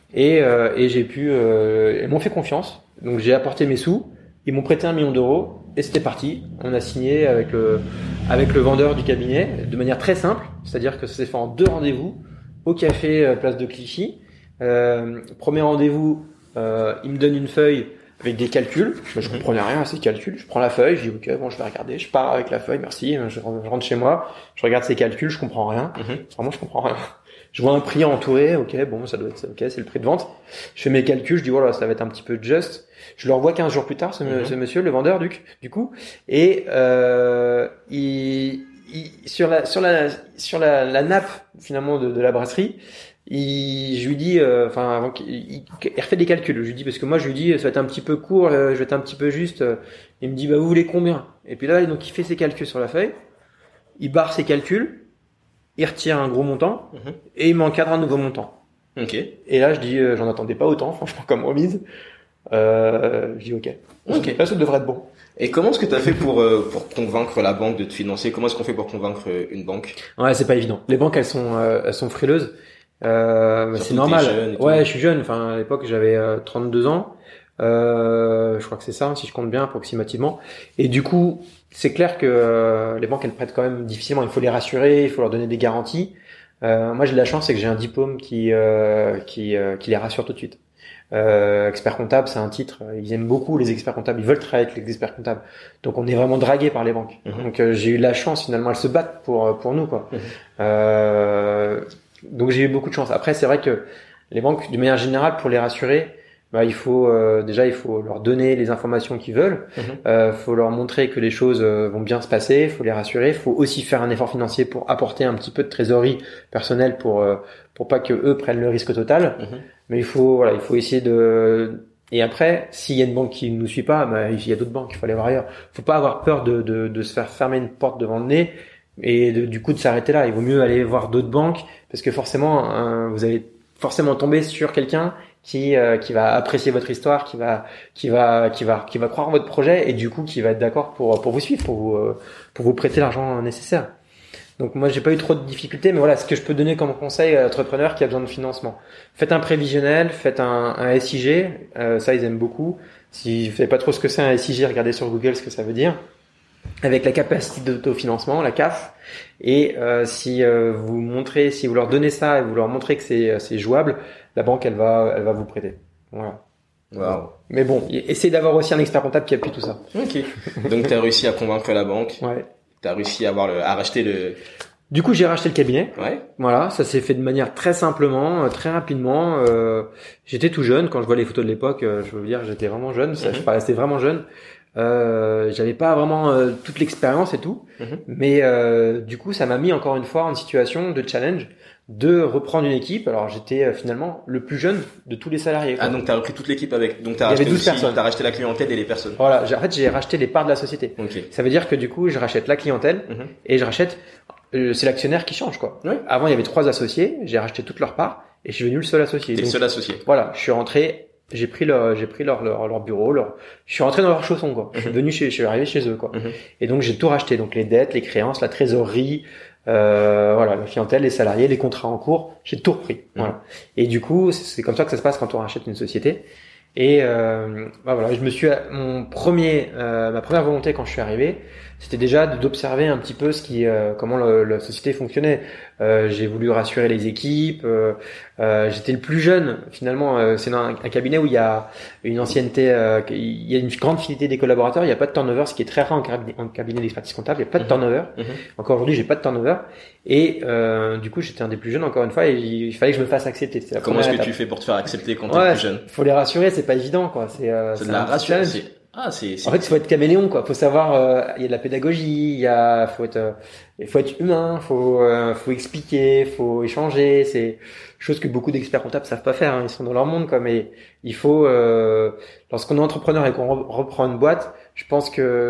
Et, euh, et j'ai pu, euh, ils m'ont fait confiance. Donc j'ai apporté mes sous, ils m'ont prêté un million d'euros et c'était parti. On a signé avec le, avec le vendeur du cabinet de manière très simple, c'est-à-dire que ça s'est fait en deux rendez-vous au café euh, place de Clichy. Euh, premier rendez-vous, euh, il me donne une feuille avec des calculs. Je, je comprenais rien à ces calculs. Je prends la feuille, je dis ok, bon, je vais regarder. Je pars avec la feuille, merci. Je, je rentre chez moi, je regarde ces calculs, je comprends rien. Mm-hmm. Vraiment, je comprends rien. Je vois un prix entouré, ok, bon, ça doit être, ok, c'est le prix de vente. Je fais mes calculs, je dis voilà, ça va être un petit peu juste. Je le revois quinze jours plus tard, ce, mm-hmm. ce monsieur, le vendeur, du, du coup, et euh, il, il, sur la, sur la, sur la, la nappe finalement de, de la brasserie. Il, je lui dis, euh, enfin, avant qu'il il, il refait des calculs. Je lui dis parce que moi, je lui dis, ça va être un petit peu court, euh, je vais être un petit peu juste. Euh, il me dit, bah vous voulez combien? Et puis là, donc il fait ses calculs sur la feuille, il barre ses calculs, il retire un gros montant mm-hmm. et il m'encadre un nouveau montant. Ok. Et là, je dis, euh, j'en attendais pas autant, franchement, comme remise. Euh, je dis ok. Ok. Là, ça devrait être bon. Et comment est-ce que tu as fait pour euh, pour convaincre la banque de te financer? Comment est-ce qu'on fait pour convaincre une banque? Ouais, c'est pas évident. Les banques, elles sont euh, elles sont frileuses. Euh, c'est normal. Ouais, je suis jeune. Enfin, à l'époque, j'avais euh, trente-deux ans. Euh, je crois que c'est ça, si je compte bien approximativement. Et du coup, c'est clair que euh, les banques, elles prêtent quand même difficilement. Il faut les rassurer, il faut leur donner des garanties. Euh, moi, j'ai de la chance, c'est que j'ai un diplôme qui euh, qui euh, qui les rassure tout de suite. Euh, expert comptable, c'est un titre. Ils aiment beaucoup les experts comptables. Ils veulent travailler avec les experts comptables. Donc, on est vraiment dragué par les banques. Mmh. Donc, euh, j'ai eu de la chance finalement. Elles se battent pour pour nous, quoi. Mmh. Euh, Donc j'ai eu beaucoup de chance. Après, c'est vrai que les banques, de manière générale, pour les rassurer, bah, il faut euh, déjà il faut leur donner les informations qu'ils veulent. Il mmh. euh, faut leur montrer que les choses euh, vont bien se passer. Il faut les rassurer. Il faut aussi faire un effort financier pour apporter un petit peu de trésorerie personnelle pour euh, pour pas que eux prennent le risque total. Mmh. Mais il faut voilà, il faut essayer de. Et après, s'il y a une banque qui ne nous suit pas, bah, il y a d'autres banques. Il faut aller voir ailleurs. Faut pas avoir peur de de, de se faire fermer une porte devant le nez. Et de, du coup de s'arrêter là. Il vaut mieux aller voir d'autres banques parce que forcément euh, vous allez forcément tomber sur quelqu'un qui euh, qui va apprécier votre histoire, qui va qui va qui va qui va croire en votre projet et du coup qui va être d'accord pour pour vous suivre, pour vous euh, pour vous prêter l'argent nécessaire. Donc moi j'ai pas eu trop de difficultés, mais voilà ce que je peux donner comme conseil à l'entrepreneur qui a besoin de financement. Faites un prévisionnel, faites un, un S I G, euh, ça ils aiment beaucoup. Si vous savez pas trop ce que c'est un S I G, regardez sur Google ce que ça veut dire. Avec la capacité d'autofinancement, la C A F, et euh, si euh, vous montrez, si vous leur donnez ça et vous leur montrez que c'est c'est jouable, la banque elle va elle va vous prêter. Voilà. Wow. Mais bon, essayez d'avoir aussi un expert comptable qui appuie tout ça. Ok. Donc tu as réussi à convaincre la banque. Ouais. Tu as réussi à avoir le à racheter le. Du coup, j'ai racheté le cabinet. Ouais. Voilà, ça s'est fait de manière très simplement, euh, très rapidement. Euh, j'étais tout jeune quand je vois les photos de l'époque. Euh, je veux vous dire, j'étais vraiment jeune. Ça, mm-hmm. Je paraissais vraiment jeune. Euh, j'avais pas vraiment euh, toute l'expérience et tout, mmh. mais euh, du coup ça m'a mis encore une fois en situation de challenge de reprendre une équipe. Alors j'étais euh, finalement le plus jeune de tous les salariés, quoi. Ah donc t'as repris toute l'équipe avec, donc t'as racheté douze aussi, personnes. T'as racheté la clientèle et les personnes. Voilà, j'ai, en fait j'ai racheté les parts de la société. Okay. Ça veut dire que du coup je rachète la clientèle mmh. et je rachète, euh, c'est l'actionnaire qui change, quoi. Oui. Avant il y avait trois associés, j'ai racheté toutes leurs parts et je suis devenu le seul associé. T'es le seul associé. Voilà, je suis rentré. J'ai pris leur, j'ai pris leur, leur, leur bureau, leur, je suis rentré dans leurs chaussons, quoi. Mm-hmm. Je suis venu chez, je suis arrivé chez eux, quoi. Mm-hmm. Et donc, j'ai tout racheté. Donc, les dettes, les créances, la trésorerie, euh, voilà, la clientèle, les salariés, les contrats en cours. J'ai tout repris. Mm-hmm. Voilà. Et du coup, c'est comme ça que ça se passe quand on rachète une société. Et, euh, bah voilà, je me suis, mon premier, euh, ma première volonté quand je suis arrivé, c'était déjà d'observer un petit peu ce qui, euh, comment le, la société fonctionnait. Euh, j'ai voulu rassurer les équipes. Euh, euh, j'étais le plus jeune finalement. Euh, c'est dans un, un cabinet où il y a une ancienneté, euh, il y a une grande fidélité des collaborateurs. Il n'y a pas de turnover, ce qui est très rare en cabinet, en cabinet d'expertise comptable. Il n'y a pas de mmh. turnover. Mmh. Encore aujourd'hui, j'ai pas de turnover. Et euh, du coup, j'étais un des plus jeunes encore une fois. Et il, il fallait que je me fasse accepter. Comment est-ce que étape. Tu fais pour te faire accepter quand t'es ouais, plus jeune? Faut les rassurer, c'est pas évident, quoi. C'est, euh, c'est, c'est de la rassurance. Ah, c'est, c'est, en fait, il faut être caméléon, quoi. Faut savoir, euh, il y a de la pédagogie, il y a, faut être, euh, il faut être humain, faut, euh, faut expliquer, faut échanger. C'est chose que beaucoup d'experts comptables savent pas faire. Hein. Ils sont dans leur monde, quoi. Mais il faut, euh, lorsqu'on est entrepreneur et qu'on reprend une boîte, je pense que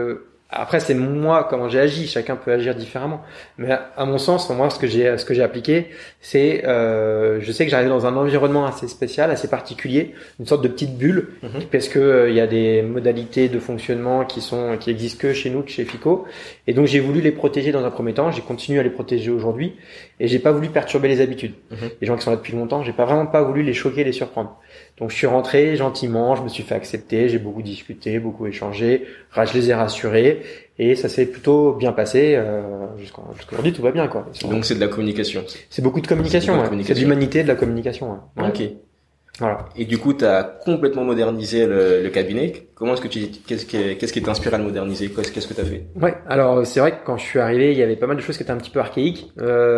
Après, c'est moi comment j'ai agi. Chacun peut agir différemment. Mais à, à mon sens, moi, ce que j'ai, ce que j'ai appliqué, c'est, euh, je sais que j'arrive dans un environnement assez spécial, assez particulier, une sorte de petite bulle, mm-hmm. parce que il euh, y a des modalités de fonctionnement qui sont, qui existent que chez nous, que chez Fico. Et donc, j'ai voulu les protéger dans un premier temps. J'ai continué à les protéger aujourd'hui, et j'ai pas voulu perturber les habitudes. Mm-hmm. Les gens qui sont là depuis longtemps, j'ai pas vraiment pas voulu les choquer, les surprendre. Donc, je suis rentré gentiment, je me suis fait accepter, j'ai beaucoup discuté, beaucoup échangé, je les ai rassurés. Et ça s'est plutôt bien passé, euh, jusqu'à jusqu'aujourd'hui tout va bien quoi. Donc c'est de la communication. C'est beaucoup de communication, c'est, de ouais. C'est de l'humanité, de la communication. Ouais. Ok. Voilà. Et du coup, tu as complètement modernisé le, le cabinet. Comment est-ce que tu, qu'est-ce qui, qu'est-ce qui t'inspire à le moderniser? Qu'est-ce que tu as fait? Ouais. Alors, c'est vrai que quand je suis arrivé, il y avait pas mal de choses qui étaient un petit peu archaïques.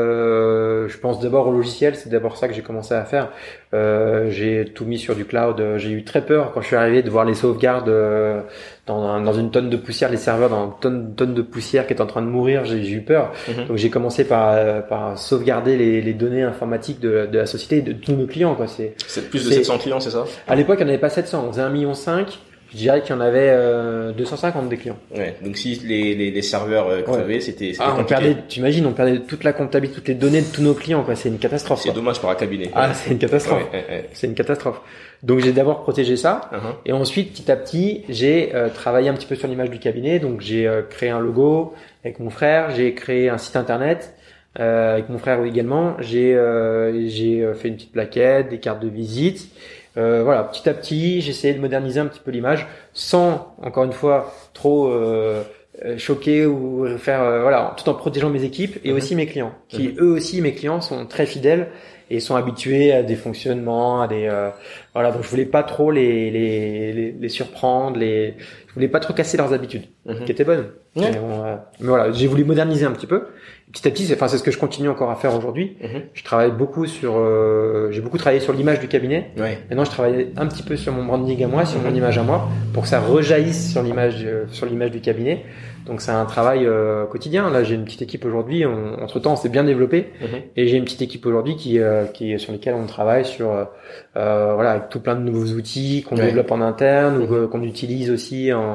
Euh, je pense d'abord au logiciel. C'est d'abord ça que j'ai commencé à faire. Euh, j'ai tout mis sur du cloud. J'ai eu très peur quand je suis arrivé de voir les sauvegardes euh, dans, dans une tonne de poussière, les serveurs dans une tonne, tonne de poussière qui est en train de mourir. J'ai, j'ai eu peur. Mm-hmm. Donc, j'ai commencé par, par sauvegarder les, les données informatiques de, de la société, de tous nos clients, quoi. C'est, c'est plus de sept cents clients, c'est ça? À l'époque, il n'y en avait pas sept cents. On faisait un virgule cinq million. Je dirais qu'il y en avait euh, deux cent cinquante des clients. Ouais. Donc si les les, les serveurs euh, crevaient, ouais. c'était, c'était ah, on perdait. T'imagines, on perdait toute la comptabilité, toutes les données de tous nos clients, quoi. C'est une catastrophe. C'est quoi. dommage pour un cabinet. Ah, c'est une catastrophe. Ouais, ouais, ouais. C'est une catastrophe. Donc j'ai d'abord protégé ça, uh-huh. et ensuite petit à petit, j'ai euh, travaillé un petit peu sur l'image du cabinet. Donc j'ai euh, créé un logo avec mon frère, j'ai créé un site internet. Euh, avec mon frère également, j'ai euh, j'ai fait une petite plaquette, des cartes de visite. Euh, voilà, petit à petit, j'ai essayé de moderniser un petit peu l'image, sans encore une fois trop euh, choquer ou faire euh, voilà, tout en protégeant mes équipes et mmh. aussi mes clients, qui mmh. eux aussi mes clients sont très fidèles et sont habitués à des fonctionnements, à des euh, voilà, donc je voulais pas trop les les les, les surprendre, les je voulais pas trop casser leurs habitudes, mmh. qui étaient bonnes. Mmh. Mais, bon, euh, mais voilà, j'ai voulu moderniser un petit peu. Petit à petit, c'est, enfin, c'est ce que je continue encore à faire aujourd'hui. Mmh. Je travaille beaucoup sur, euh, j'ai beaucoup travaillé sur l'image du cabinet. Ouais. Maintenant, je travaille un petit peu sur mon branding à moi, sur mmh. mon image à moi, pour que ça rejaillisse sur l'image, euh, sur l'image du cabinet. Donc, c'est un travail euh, quotidien. Là, j'ai une petite équipe aujourd'hui. On, entre temps, on s'est bien développé, mmh. et j'ai une petite équipe aujourd'hui qui, euh, qui sur lesquelles on travaille sur, euh, voilà, avec tout plein de nouveaux outils qu'on ouais. développe en interne mmh. ou euh, qu'on utilise aussi en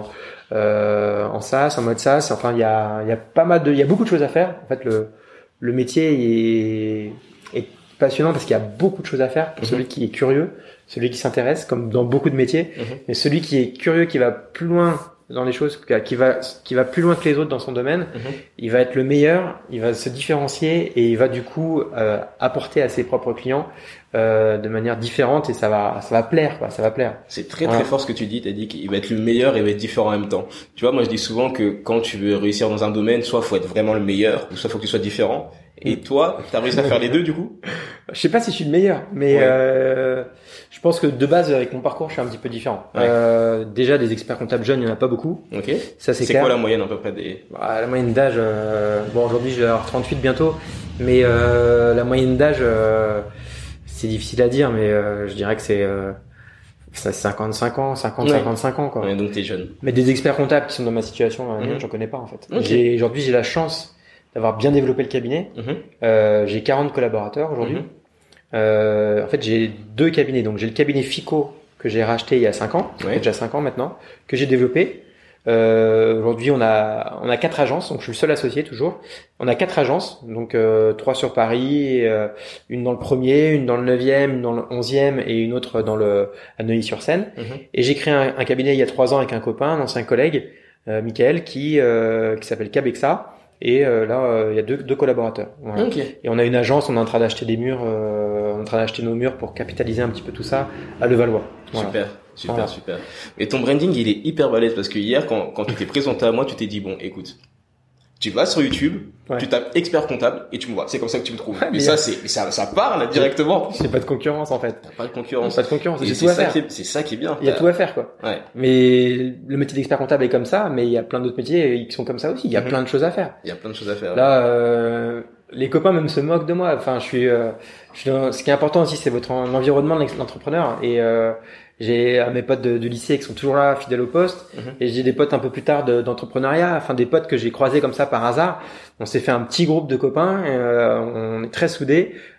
Euh, en SaaS, en mode SaaS. Enfin, il y a, il y a pas mal de, il y a beaucoup de choses à faire. En fait, le, le métier est, est passionnant parce qu'il y a beaucoup de choses à faire pour mmh. celui qui est curieux, celui qui s'intéresse, comme dans beaucoup de métiers. Mmh. Mais celui qui est curieux, qui va plus loin dans les choses, qui va, qui va plus loin que les autres dans son domaine, mmh. il va être le meilleur, il va se différencier et il va du coup euh, apporter à ses propres clients euh, de manière différente et ça va, ça va plaire, quoi, ça va plaire. C'est très très ouais. fort ce que tu dis. T'as dit qu'il va être le meilleur et il va être différent en même temps. Tu vois, moi je dis souvent que quand tu veux réussir dans un domaine, soit faut être vraiment le meilleur, ou soit faut que tu sois différent. Et toi, t'as réussi à faire les deux du coup? Je sais pas si je suis le meilleur, mais ouais. euh, je pense que de base avec mon parcours, je suis un petit peu différent. Ouais. Euh, déjà des experts comptables jeunes, il y en a pas beaucoup. Ok. Ça c'est, c'est clair. quoi la moyenne à peu près des? Bah, la moyenne d'âge, euh, bon aujourd'hui je vais avoir trente-huit bientôt, mais euh, la moyenne d'âge, euh, c'est difficile à dire, mais euh, je dirais que c'est euh, ça cinquante-cinq ans, cinquante, ouais. cinquante-cinq ans quoi. Ouais, donc t'es jeune. Mais des experts comptables qui sont dans ma situation, euh, mm-hmm. j'en connais pas en fait. Okay. J'ai, aujourd'hui j'ai la chance d'avoir bien développé le cabinet. Mmh. Euh, j'ai quarante collaborateurs aujourd'hui. Mmh. Euh, en fait, j'ai deux cabinets. Donc, j'ai le cabinet Fico que j'ai racheté il y a cinq ans, ouais. déjà cinq ans maintenant, que j'ai développé. Euh, aujourd'hui, on a on a quatre agences. Donc, je suis le seul associé toujours. On a quatre agences, donc euh, trois sur Paris, euh, une dans le premier, une dans le neuvième, une dans le onzième et une autre dans le à Neuilly-sur-Seine. Mmh. Et j'ai créé un, un cabinet il y a trois ans avec un copain, un ancien collègue, euh, Michael, qui euh, qui s'appelle Cabexa. Et euh, là, il euh, y a deux, deux collaborateurs. Voilà. Okay. Et on a une agence, on est en train d'acheter des murs, euh, on est en train d'acheter nos murs pour capitaliser un petit peu tout ça à Levallois. Voilà. Super, super, voilà. super. Et ton branding, il est hyper balèze parce que hier, quand, quand tu t'es présenté à moi, tu t'es dit, bon, écoute, tu vas sur YouTube, ouais. tu tapes expert comptable et tu me vois. C'est comme ça que tu me trouves. Ouais, mais ça, c'est, ça, ça parle directement. J'ai pas de concurrence, en fait. T'as pas de concurrence. Pas de concurrence. J'ai tout à faire. C'est ça qui est bien. Il y a tout à faire, quoi. Ouais. Mais le métier d'expert comptable est comme ça, mais il y a plein d'autres métiers qui sont comme ça aussi. Il y a mm-hmm. plein de choses à faire. Il y a plein de choses à faire. Là, euh, les copains même se moquent de moi. Enfin, je suis, euh, je suis dans... ce qui est important aussi, c'est votre l'environnement de l'entrepreneur. Et euh, j'ai à mes potes de, de lycée qui sont toujours là, fidèles au poste. Mm-hmm. Et j'ai des potes un peu plus tard de, d'entrepreneuriat. Enfin, des potes que j'ai croisés comme ça par hasard. On s'est fait un petit groupe de copains. Et, euh, on est très soudés.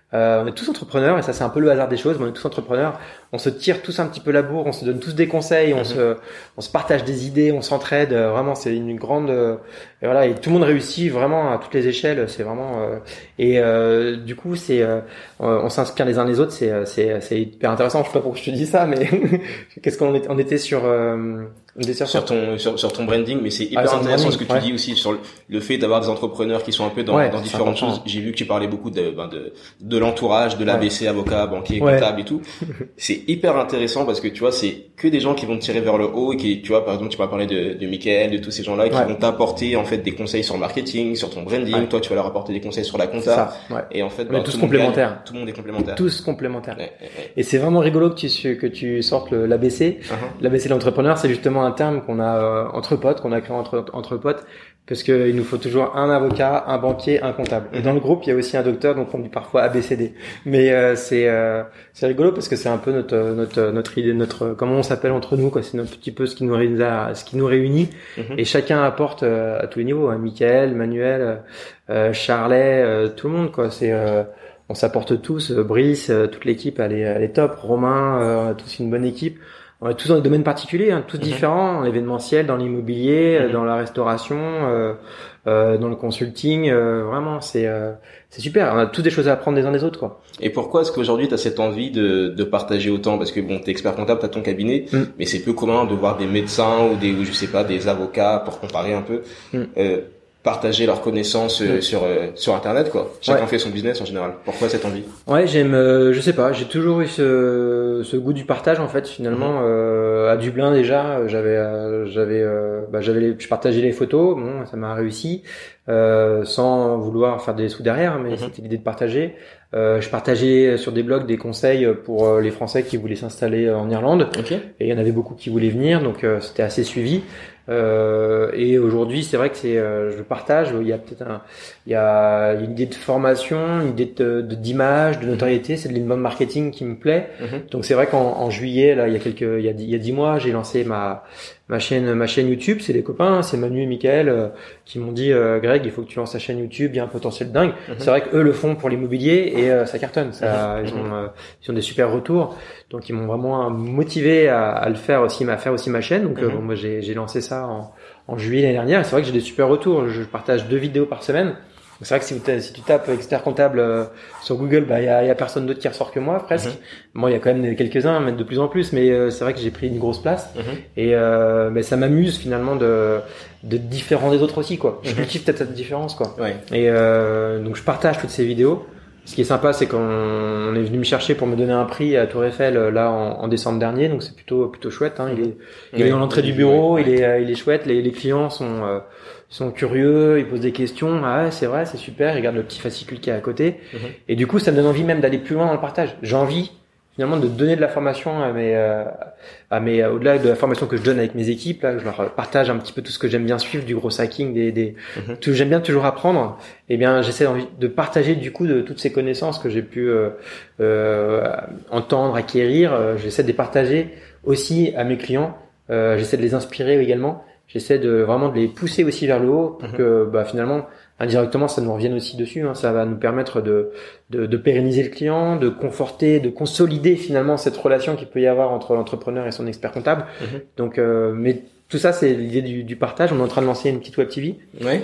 Euh, on est tous entrepreneurs et ça c'est un peu le hasard des choses, mais on est tous entrepreneurs. On se tire tous un petit peu la bourre, on se donne tous des conseils, on mm-hmm. se, on se partage des idées, on s'entraide. Euh, vraiment, c'est une grande, euh, et voilà, et tout le monde réussit vraiment à toutes les échelles. C'est vraiment, euh, et euh, du coup, c'est, euh, on s'inspire les uns les autres. C'est, c'est, c'est hyper intéressant. Je sais pas pourquoi je te dis ça, mais qu'est-ce qu'on était, on était sur, euh, on était sur, sur ton, sur, sur ton branding, mais c'est hyper ah, intéressant ce que tu ouais. dis aussi sur le, le fait d'avoir des entrepreneurs qui sont un peu dans, ouais, dans différentes choses. J'ai vu que tu parlais beaucoup de, ben de, de l'entourage, de l'A B C, ouais. avocat, banquier, ouais. comptable et tout. C'est hyper intéressant parce que tu vois, c'est que des gens qui vont te tirer vers le haut et qui, tu vois, par exemple, tu vas parler de, de Mickaël, de tous ces gens-là qui ouais. vont t'apporter en fait des conseils sur le marketing, sur ton branding. Ouais. Toi, tu vas leur apporter des conseils sur la compta. Ouais. Et en fait, on bah, est tous complémentaires. Gagne, tout le monde est complémentaire. Tous complémentaires. Ouais, ouais, ouais. Et c'est vraiment rigolo que tu que tu sortes le, l'A B C. Uh-huh. L'A B C de l'entrepreneur, c'est justement un terme qu'on a euh, entre potes, qu'on a créé entre entre potes. Parce que il nous faut toujours un avocat, un banquier, un comptable. Et dans le groupe, il y a aussi un docteur, donc on dit parfois A B C D. Mais euh, c'est euh, c'est rigolo parce que c'est un peu notre notre notre idée, notre comment on s'appelle entre nous, quoi. C'est notre petit peu ce qui nous réunit, ce qui nous réunit. Mm-hmm. Et chacun apporte euh, à tous les niveaux. Hein. Mickaël, Manuel, euh, Charlet, euh, tout le monde, quoi. C'est euh, on s'apporte tous. Euh, Brice, euh, toute l'équipe, elle est elle est top. Romain, euh, tous une bonne équipe. On est tous dans des domaines particuliers, hein, tous mmh. différents, dans l'événementiel, dans l'immobilier, mmh. dans la restauration, euh, euh, dans le consulting. Euh, vraiment, c'est euh, c'est super. On a tous des choses à apprendre les uns des autres, quoi. Et pourquoi est-ce qu'aujourd'hui tu as cette envie de de partager autant? Parce que bon, t'es expert comptable, t'as ton cabinet, mmh. mais c'est peu commun de voir des médecins ou des, ou je sais pas, des avocats pour comparer un peu. Mmh. Euh, partager leurs connaissances euh, sur euh, sur internet, quoi. Chacun ouais. fait son business en général. Pourquoi cette envie? Ouais, j'aime euh, je sais pas, j'ai toujours eu ce ce goût du partage en fait finalement. Mm-hmm. euh, à Dublin déjà, j'avais euh, j'avais euh, bah j'avais les, je partageais les photos, bon, ça m'a réussi euh, sans vouloir faire des sous derrière, mais mm-hmm. c'était l'idée de partager. Euh, je partageais sur des blogs des conseils pour les Français qui voulaient s'installer en Irlande. Okay. Et il y en avait beaucoup qui voulaient venir, donc euh, c'était assez suivi. Euh, et aujourd'hui, c'est vrai que c'est, euh, je partage. Il y a peut-être un, il y a une idée de formation, une idée de, de d'image, de notoriété. C'est de l'inbound marketing qui me plaît. Mm-hmm. Donc c'est vrai qu'en en juillet, là, il y a quelques, il y a, il y a dix mois, j'ai lancé ma ma chaîne, ma chaîne YouTube. C'est les copains, c'est Manu et Mickaël euh, qui m'ont dit, euh, Greg, il faut que tu lances ta chaîne YouTube. Il y a un potentiel dingue. Mm-hmm. C'est vrai qu'eux le font pour l'immobilier et euh, ça cartonne. Ça, mm-hmm. ils ont, euh, ils ont des super retours. Donc ils m'ont vraiment motivé à, à le faire aussi, à faire aussi ma chaîne. Donc mm-hmm. euh, bon, moi j'ai, j'ai lancé ça en, en juillet l'année dernière. Et c'est vrai que j'ai des super retours. Je partage deux vidéos par semaine. Donc c'est vrai que si, vous si tu tapes expert comptable euh, sur Google, bah il y a, y a personne d'autre qui ressort que moi presque. Mm-hmm. Bon, il y a quand même quelques-uns, mais de plus en plus. Mais euh, c'est vrai que j'ai pris une grosse place. Mm-hmm. Et euh, mais ça m'amuse finalement de de différent des autres aussi, quoi. Je mm-hmm. cultive peut-être cette différence, quoi. Ouais. Et euh, donc je partage toutes ces vidéos. Ce qui est sympa, c'est qu'on est venu me chercher pour me donner un prix à Tour Eiffel là en, en décembre dernier, donc c'est plutôt plutôt chouette. Hein. Il est, il oui, est dans l'entrée du bureau, oui. il est il est chouette. Les, les clients sont euh, sont curieux, ils posent des questions. Ah ouais, c'est vrai, c'est super. Ils regardent le petit fascicule qui est à côté, mm-hmm. et du coup, ça me donne envie même d'aller plus loin dans le partage. J'ai envie finalement de donner de la formation à mes euh, à mes au-delà de la formation que je donne avec mes équipes là, je leur partage un petit peu tout ce que j'aime bien suivre, du gros hacking, des des mm-hmm. tout j'aime bien toujours apprendre. Eh bien, j'essaie de partager du coup de toutes ces connaissances que j'ai pu euh, euh, entendre, acquérir, euh, j'essaie de les partager aussi à mes clients, euh, j'essaie de les inspirer également, j'essaie de vraiment de les pousser aussi vers le haut pour mm-hmm. que bah finalement indirectement ça nous revienne aussi dessus, hein. Ça va nous permettre de, de de pérenniser le client, de conforter, de consolider finalement cette relation qu'il peut y avoir entre l'entrepreneur et son expert comptable. Mm-hmm. Donc euh, mais tout ça, c'est l'idée du, du partage. On est en train de lancer une petite web T V ouais.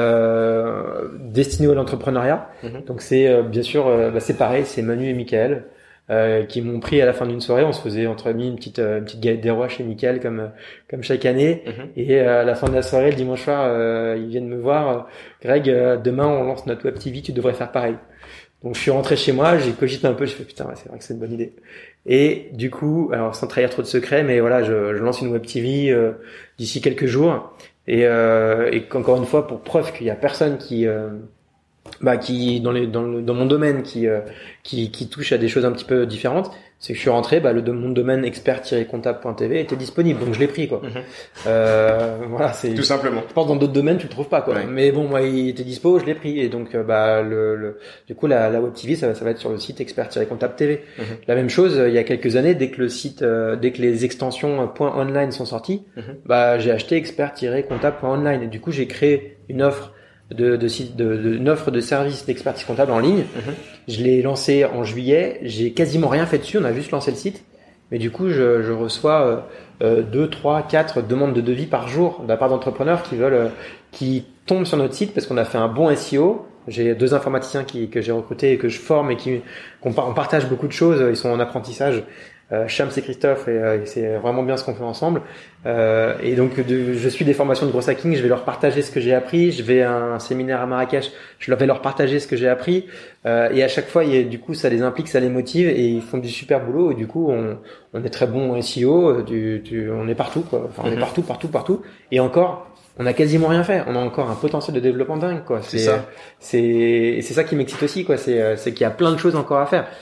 euh, destinée à l'entrepreneuriat. Mm-hmm. Donc c'est euh, bien sûr, euh, bah, c'est pareil, c'est Manu et Mickaël euh, qui m'ont pris à la fin d'une soirée. On se faisait entre amis une petite euh, une petite galette des rois chez Mickaël comme comme chaque année. Mm-hmm. Et euh, à la fin de la soirée, le dimanche soir, euh, ils viennent me voir. Euh, Greg, euh, demain on lance notre web T V. Tu devrais faire pareil. Donc je suis rentré chez moi, j'ai cogité un peu, j'ai fait putain, ouais, c'est vrai que c'est une bonne idée. Et du coup, alors sans trahir trop de secrets, mais voilà, je, je lance une web T V euh, d'ici quelques jours. Et, euh, et encore une fois, pour preuve qu'il y a personne qui, euh, bah, qui dans les dans le dans mon domaine qui euh, qui qui touche à des choses un petit peu différentes, c'est que je suis rentré, bah le mon domaine expert-comptable point t v était disponible, donc je l'ai pris, quoi. Mm-hmm. Euh, voilà, c'est tout simplement. Je pense dans d'autres domaines tu le trouves pas, quoi. Ouais. Mais bon, moi il était dispo, je l'ai pris, et donc bah le, le du coup la, la web T V ça, ça va être sur le site expert-comptable point t v. Mm-hmm. La même chose, il y a quelques années, dès que le site, euh, dès que les extensions .online sont sorties, mm-hmm. bah j'ai acheté expert-comptable point online, et du coup j'ai créé une offre de, de, de, de une offre de service d'expertise comptable en ligne. Mm-hmm. Je l'ai lancé en juillet. J'ai quasiment rien fait dessus. On a juste lancé le site. Mais du coup, je, je reçois euh, deux, trois, quatre demandes de devis par jour de la part d'entrepreneurs qui veulent, euh, qui tombent sur notre site parce qu'on a fait un bon S E O. J'ai deux informaticiens qui, que j'ai recrutés et que je forme et qui, qu'on on partage beaucoup de choses. Ils sont en apprentissage. Euh, Shams et Christophe, et, euh, et c'est vraiment bien ce qu'on fait ensemble. Euh, et donc, de, je suis des formations de gros hacking. Je vais leur partager ce que j'ai appris. Je vais à un séminaire à Marrakech. Je vais leur partager ce que j'ai appris. Euh, et à chaque fois, il y a, du coup, ça les implique, ça les motive, et ils font du super boulot. Et du coup, on, on est très bon en S E O. Du, du, on est partout, quoi. Enfin, on mm-hmm. est partout, partout, partout. Et encore, on a quasiment rien fait. On a encore un potentiel de développement dingue, quoi. C'est, c'est ça. C'est, et c'est ça qui m'excite aussi, quoi. C'est, c'est qu'il y a plein de choses encore à faire.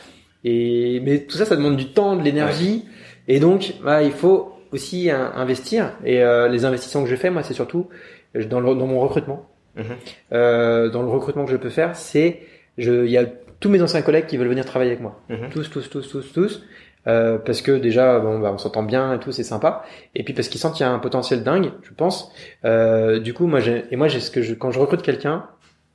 Et mais tout ça, ça demande du temps, de l'énergie, ouais. Et donc bah, il faut aussi hein, investir. Et euh, les investissements que je fais, moi, c'est surtout dans, le, dans mon recrutement. Mmh. Euh, dans le recrutement que je peux faire, c'est je, il y a tous mes anciens collègues qui veulent venir travailler avec moi, mmh. tous, tous, tous, tous, tous, euh, parce que déjà, bon, bah, on s'entend bien et tout, c'est sympa. Et puis parce qu'ils sentent qu'il y a un potentiel dingue, je pense. Euh, du coup, moi, j'ai, et moi, j'ai ce que je, quand je recrute quelqu'un.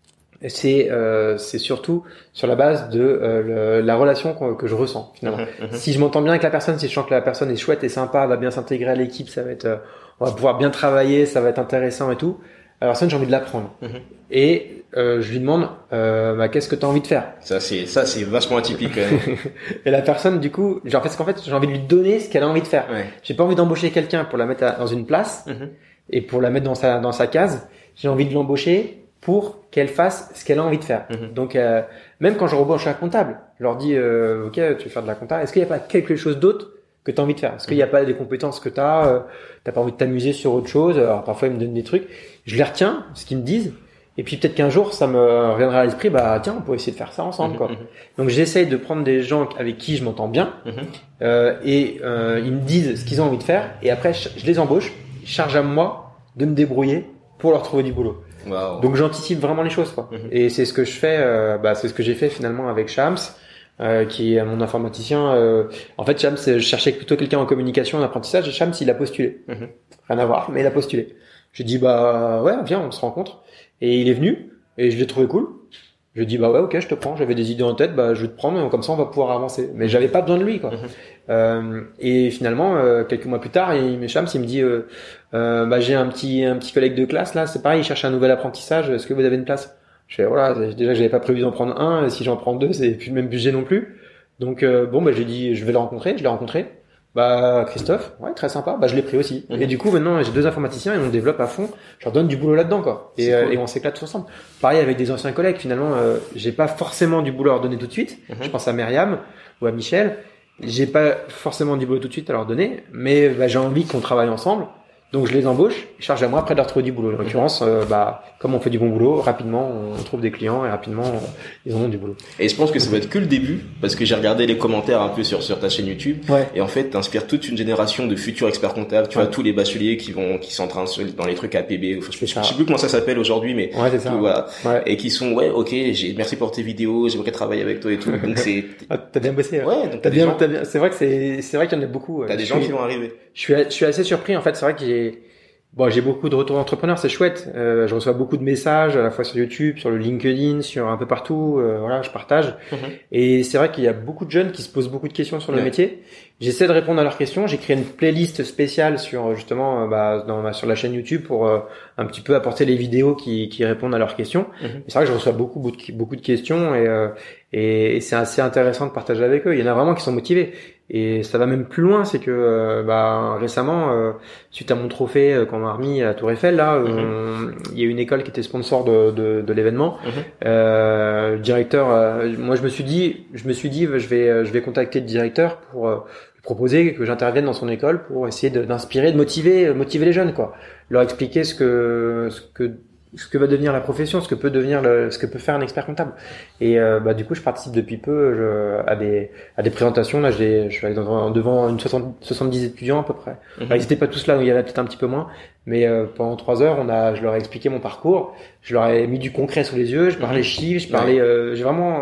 C'est euh, c'est surtout sur la base de euh, le, la relation que, que je ressens finalement. Mmh, mmh. Si je m'entends bien avec la personne, si je sens que la personne est chouette et sympa, va bien s'intégrer à l'équipe, ça va être, euh, on va pouvoir bien travailler, ça va être intéressant et tout. Alors ça, j'ai envie de l'apprendre. Mmh. Et euh, je lui demande, euh, bah, qu'est-ce que tu as envie de faire ? Ça c'est ça c'est vachement atypique. Quand même. Et la personne, du coup, genre parce qu'en fait, j'ai envie de lui donner ce qu'elle a envie de faire. Ouais. J'ai pas envie d'embaucher quelqu'un pour la mettre à, dans une place mmh. et pour la mettre dans sa dans sa case. J'ai envie de l'embaucher pour qu'elle fasse ce qu'elle a envie de faire. Mmh. Donc, euh, même quand je rebauche un comptable, je leur dis, euh, ok, tu veux faire de la compta, est-ce qu'il n'y a pas quelque chose d'autre que tu as envie de faire ? Est-ce qu'il n'y a pas des compétences que tu as, euh, tu n'as pas envie de t'amuser sur autre chose ? Alors, parfois, ils me donnent des trucs. Je les retiens, ce qu'ils me disent. Et puis, peut-être qu'un jour, ça me reviendra à l'esprit, bah, tiens, on pourrait essayer de faire ça ensemble, mmh. quoi. Donc, j'essaye de prendre des gens avec qui je m'entends bien, mmh. euh, et euh, ils me disent ce qu'ils ont envie de faire. Et après, je, je les embauche. Je charge à moi de me débrouiller pour leur trouver du boulot. Wow. Donc j'anticipe vraiment les choses, quoi. Mm-hmm. Et c'est ce que je fais, euh, bah c'est ce que j'ai fait finalement avec Shams, euh, qui est mon informaticien. Euh, en fait, Shams, je cherchais plutôt quelqu'un en communication, en apprentissage, et Shams, il a postulé. Mm-hmm. Rien à voir, mais il a postulé. J'ai dit bah ouais, viens, on se rencontre. Et il est venu, et je l'ai trouvé cool. Je lui ai dit bah ouais, ok, je te prends. J'avais des idées en tête, bah je vais te prendre, comme ça on va pouvoir avancer. Mais j'avais pas besoin de lui, quoi. Mm-hmm. Euh, et finalement, euh, quelques mois plus tard, il, Shams, il me dit, euh, euh, bah j'ai un petit un petit collègue de classe là, c'est pareil, il cherche un nouvel apprentissage. Est-ce que vous avez une place ? Je fais voilà, déjà que j'avais pas prévu d'en prendre un. Et si j'en prends deux, c'est plus le même budget non plus. Donc euh, bon, bah j'ai dit, je vais le rencontrer. Je l'ai rencontré. Bah Christophe, ouais, très sympa. Bah je l'ai pris aussi. Mmh. Et du coup maintenant j'ai deux informaticiens et on développe à fond. Je leur donne du boulot là-dedans, quoi. Et, euh, cool. Et on s'éclate tous ensemble. Pareil avec des anciens collègues. Finalement, euh, j'ai pas forcément du boulot à leur donner tout de suite. Mmh. Je pense à Myriam ou à Michel. J'ai pas forcément du boulot tout de suite à leur donner, mais bah, j'ai envie qu'on travaille ensemble. Donc je les embauche, et charge à moi après de leur trouver du boulot. En l'occurrence, euh, bah comme on fait du bon boulot, rapidement on trouve des clients et rapidement euh, ils en ont du boulot. Et je pense que ça va être que le début, parce que j'ai regardé les commentaires un peu sur sur ta chaîne YouTube, ouais. Et en fait t'inspires toute une génération de futurs experts comptables. Tu ouais. vois tous les bacheliers qui vont, qui sont en train de dans les trucs A P B, ou, je, je sais plus comment ça s'appelle aujourd'hui, mais ouais, c'est ça, tout, voilà, ouais. Et qui sont ouais, ok, j'ai merci pour tes vidéos, j'aimerais travailler avec toi et tout. Donc c'est ah, t'as bien bossé. Ouais, donc t'as bien, gens... t'as bien. C'est vrai que c'est c'est vrai qu'il y en a beaucoup. T'as des gens suis... qui vont arriver. Je suis je suis assez surpris en fait. C'est vrai que j'ai Bon, j'ai beaucoup de retours d'entrepreneurs, c'est chouette. Euh, je reçois beaucoup de messages à la fois sur YouTube, sur le LinkedIn, sur un peu partout. Euh, voilà, je partage. Mm-hmm. Et c'est vrai qu'il y a beaucoup de jeunes qui se posent beaucoup de questions sur le ouais. métier. J'essaie de répondre à leurs questions. J'ai créé une playlist spéciale sur justement, bah, dans ma, sur la chaîne YouTube pour euh, un petit peu apporter les vidéos qui, qui répondent à leurs questions. Mm-hmm. C'est vrai que je reçois beaucoup, beaucoup de, beaucoup de questions et, euh, et, et c'est assez intéressant de partager avec eux. Il y en a vraiment qui sont motivés. Et ça va même plus loin, c'est que euh, bah récemment, euh, suite à mon trophée euh, qu'on m'a remis à la Tour Eiffel, là, mm-hmm. euh, il y a une école qui était sponsor de, de, de l'événement. Mm-hmm. Euh, le directeur, euh, moi je me suis dit, je me suis dit, je vais, je vais contacter le directeur pour euh, lui proposer que j'intervienne dans son école pour essayer de, d'inspirer, de motiver, motiver les jeunes, quoi. Leur expliquer ce que, ce que ce que va devenir la profession, ce que peut devenir le, ce que peut faire un expert comptable. Et euh, bah du coup, je participe depuis peu je, à des à des présentations. Là, je suis devant, devant une soixante, soixante-dix étudiants à peu près. Mm-hmm. Enfin, ils étaient pas tous là, il y en avait peut-être un petit peu moins. Mais euh, pendant trois heures, on a, je leur ai expliqué mon parcours. Je leur ai mis du concret sous les yeux. Je parlais mm-hmm. chiffres, je parlais. Ouais. Euh, j'ai vraiment